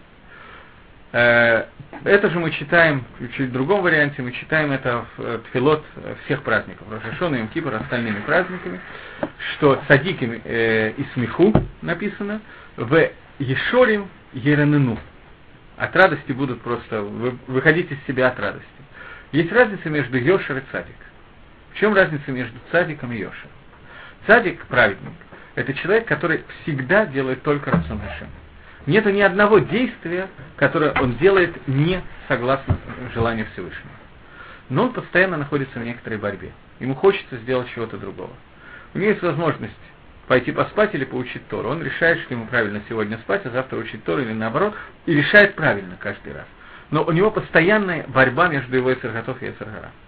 Это же мы читаем, в чуть другом варианте, мы читаем это в тфилот всех праздников, Рош ха-Шана, Йом Кипур, остальными праздниками, что цадиким э, и смеху написано, в ешорим еранену. От радости будут просто, вы, выходить из себя от радости. Есть разница между йошер и цадик. В чем разница между цадиком и йошер? Цадик, праведник, это человек, который всегда делает только рацон Хашем. Нету ни одного действия, которое он делает не согласно желанию Всевышнего. Но он постоянно находится в некоторой борьбе. Ему хочется сделать чего-то другого. У него есть возможность пойти поспать или поучить Тору. Он решает, что ему правильно сегодня спать, а завтра учить Тору или наоборот, и решает правильно каждый раз. Но у него постоянная борьба между его Йецер Гатов и Йецер Гара.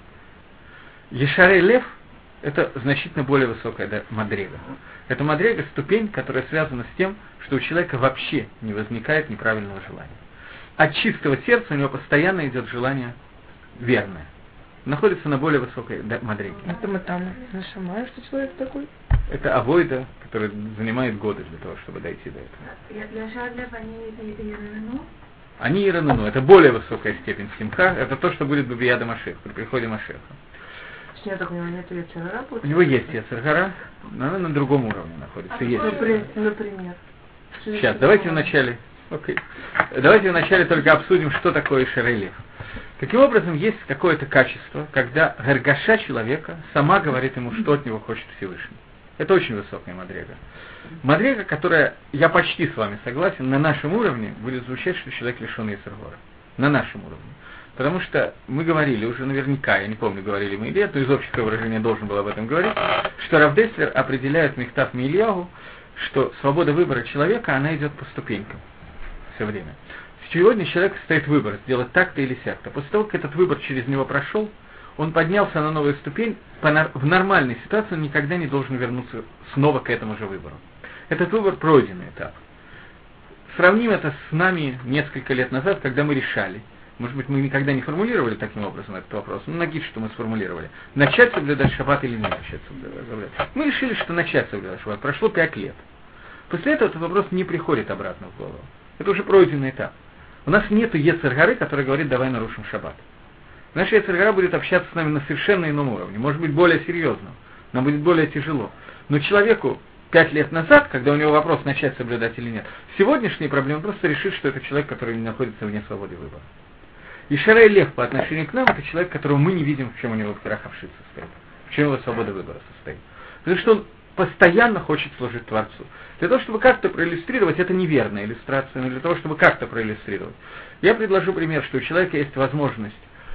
Ешарей Лев – это значительно более высокая мадрега. Это мадрега, ступень, которая связана с тем, что у человека вообще не возникает неправильного желания. От чистого сердца у него постоянно идет желание верное. Находится на более высокой мадреге. Это мы там нашамаем, что человек такой? Это авойда, который занимает годы для того, чтобы дойти до этого. И для Шарлев они Иранну? Они Иранну. Это более высокая степень симха. Это то, что будет в Бияда Машех, при приходе Машеха. Я так понимаю, нет Йецер Гара? У него есть Йецер Гара, но она на другом уровне находится. А есть. Например? Сейчас, давайте вначале... Окей. Давайте вначале только обсудим, что такое Ешарей Лев. Таким образом, есть какое-то качество, когда гаргаша человека сама говорит ему, что от него хочет Всевышний. Это очень высокая мадрега. Мадрега, которая, я почти с вами согласен, на нашем уровне будет звучать, что человек лишен Йецер Гара. На нашем уровне. Потому что мы говорили уже наверняка, я не помню, говорили мы или нет, но из общего выражения должен был об этом говорить, что Рав Деслер определяет Михтав Мильяху, что свобода выбора человека, она идет по ступенькам все время. Сегодня человек стоит выбор, сделать так-то или сяк-то. После того, как этот выбор через него прошел, он поднялся на новую ступень, в нормальной ситуации он никогда не должен вернуться снова к этому же выбору. Этот выбор пройденный этап. Сравним это с нами несколько лет назад, когда мы решали, может быть, мы никогда не формулировали таким образом этот вопрос, но ноги, что мы сформулировали, начать соблюдать шаббат или не начать соблюдать. Мы решили, что начать соблюдать шаббат. Прошло пять лет. После этого этот вопрос не приходит обратно в голову. Это уже пройденный этап. У нас нет Йецер Гары, который говорит, давай нарушим шаббат. Наша Йецер Гара будет общаться с нами на совершенно ином уровне, может быть, более серьезном, нам будет более тяжело. Но человеку пять лет назад, когда у него вопрос, начать соблюдать или нет, сегодняшние проблемы просто решит, что это человек, который не находится вне свободы выбора. Ешарей Лев по отношению к нам, это человек, которого мы не видим, в чем у него Керахавшит состоит, в чем его свобода выбора состоит. Потому что он постоянно хочет служить Творцу. Для того, чтобы как-то проиллюстрировать, это неверная иллюстрация, но для того, чтобы как-то проиллюстрировать. Я предложу пример, что у человека есть возможность,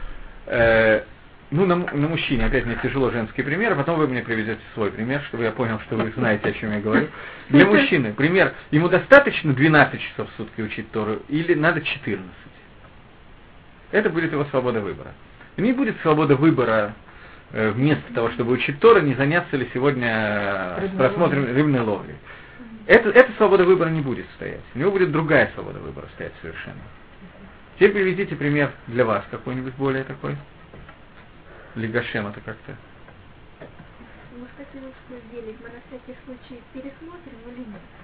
э, ну, на, на мужчине, опять мне тяжело женский пример, а потом вы мне приведете свой пример, чтобы я понял, что вы знаете, о чем я говорю. Для мужчины, пример, ему достаточно двенадцать часов в сутки учить Тору, или надо четырнадцать? Это будет его свобода выбора. И не будет свобода выбора э, вместо того, чтобы учить Тору, не заняться ли сегодня Рыбной просмотром ловли. рыбной ловли. Это, эта свобода выбора не будет стоять. У него будет другая свобода выбора стоять совершенно. Теперь приведите пример для вас какой-нибудь более такой. Лигашем это как-то. Мы хотели сделать, мы на всякий случай пересмотрим или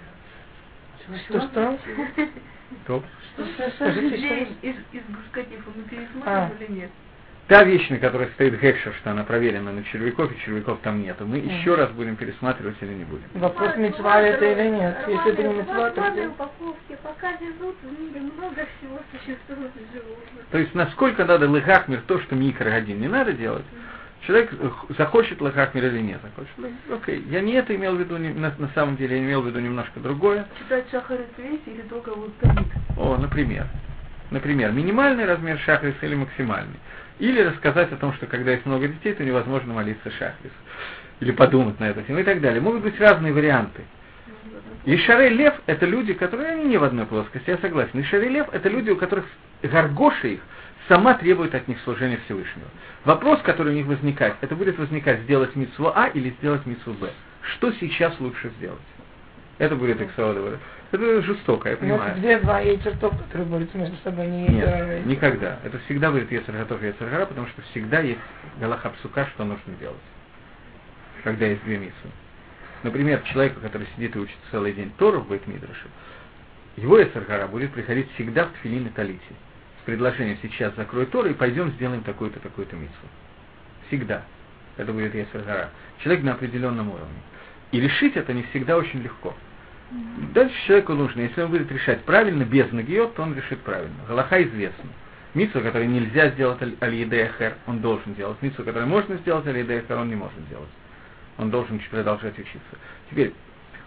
нет? Что-что? Топ. Здесь из, из Гускатифа мы пересмотрим а. или нет? Та вещь, на которой стоит Гекшер, что она проверена на червяков, и червяков там нету. Мы mm. еще раз будем пересматривать или не будем. Вопрос, митцва это или нет. Если это не митцва, то... упаковки, пока везут, в мире много всего существует живого. То есть, насколько надо лыхахмир, то, что микрогодин не надо делать, человек захочет лыхахмир или не захочет. Ну, окей, я не это имел в виду, не, на, на самом деле я имел в виду немножко другое. Читать шахар и цвет или только вот томит? О, например. Например, минимальный размер шахриса или максимальный. Или рассказать о том, что когда есть много детей, то невозможно молиться шахрис. Или подумать на эту тему и так далее. Могут быть разные варианты. Ешарей Лев – это люди, которые, они не в одной плоскости, я согласен. Ешарей Лев – это люди, у которых гаргоша их сама требует от них служения Всевышнего. Вопрос, который у них возникает, это будет возникать, сделать мицву А или сделать мицву Б. Что сейчас лучше сделать? Это будет их свобода выбора. Это жестоко, я понимаю. Но где два яйца топ, которые борются между собой, не Нет, яйца. Никогда. Это всегда будет Йецер Гатов и Йецер Гара, потому что всегда есть галаха псука, что нужно делать, когда есть две мицвы. Например, человеку, который сидит и учит целый день Тору в Бейт-Мидраше, его Йецер Гара будет приходить всегда в тфилин и талите с предложением: сейчас закрой Тору и пойдем сделаем такую-то, такую-то мицву. Всегда. Это будет Йецер Гара. Человек на определенном уровне. И решить это не всегда очень легко. Дальше человеку нужно, если он будет решать правильно, без нагиот, то он решит правильно. Галаха известна. Мицву, которую нельзя сделать аль-Едей Ахер, он должен делать. Мицву, которую можно сделать аль-Едей Ахер, он не может делать. Он должен продолжать учиться. Теперь,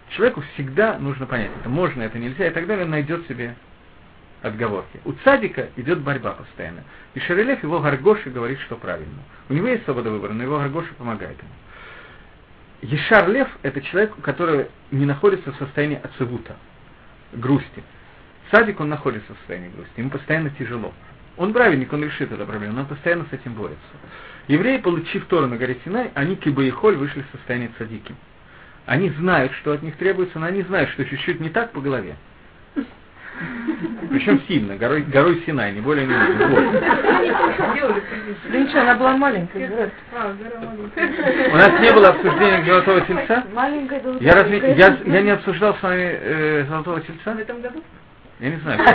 Человеку всегда нужно понять, это можно, это нельзя, и так далее, он найдет себе отговорки. У цадика идет борьба постоянно. И Шарелев его Гаргоши говорит, что правильно. У него есть свобода выбора, но его Гаргоши помогает ему. Ешар Лев – это человек, который не находится в состоянии ацевута, грусти. Цадик, он находится в состоянии грусти, ему постоянно тяжело. Он праведник, он решит эту проблему, но он постоянно с этим борется. Евреи, получив Тору на горе Синай, они кибаихоль вышли в состояние цадики. Они знают, что от них требуется, но они знают, что чуть-чуть не так по голове. Причем сильно, горой, горой Синай, не более не менее. Вот. Да ничего, она была маленькая. У нас не было обсуждения Золотого Тельца. Я, разве, я, я не обсуждал с вами э, Золотого Тельца? В этом году? Я не знаю.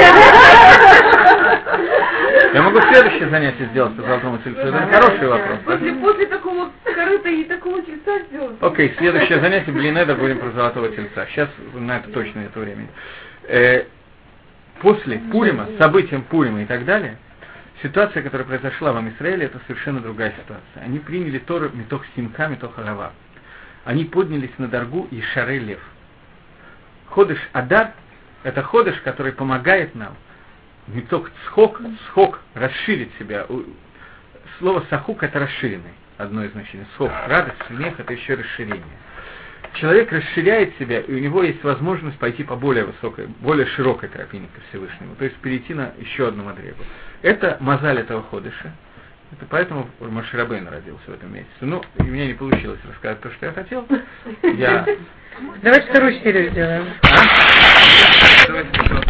Я могу следующее занятие сделать по Золотому Тельцу. Это хороший вопрос. После, после такого корыта и такого тельца сделать. Окей, okay, следующее занятие, блин, это будем про Золотого Тельца. Сейчас на это точно нет времени. Э, после Пурима, событием Пурима и так далее, ситуация, которая произошла в Израиле, это совершенно другая ситуация. Они приняли Тору митох симха, митох агава. Они поднялись на дорогу и Шарей Лев. Ходыш Адар – это ходыш, который помогает нам митох цхок, цхок, расширить себя. Слово сахук – это расширенный, одно из значений. Цхок, радость, смех – это еще расширение. Человек расширяет себя, и у него есть возможность пойти по более высокой, более широкой тропине ко Всевышнему, то есть перейти на еще одну мадрегу. Это мозаль этого ходыша. Это поэтому Моше Рабейну родился в этом месяце. Ну, и у меня не получилось рассказать то, что я хотел. Я... Давайте вторую серию сделаем. А? Давайте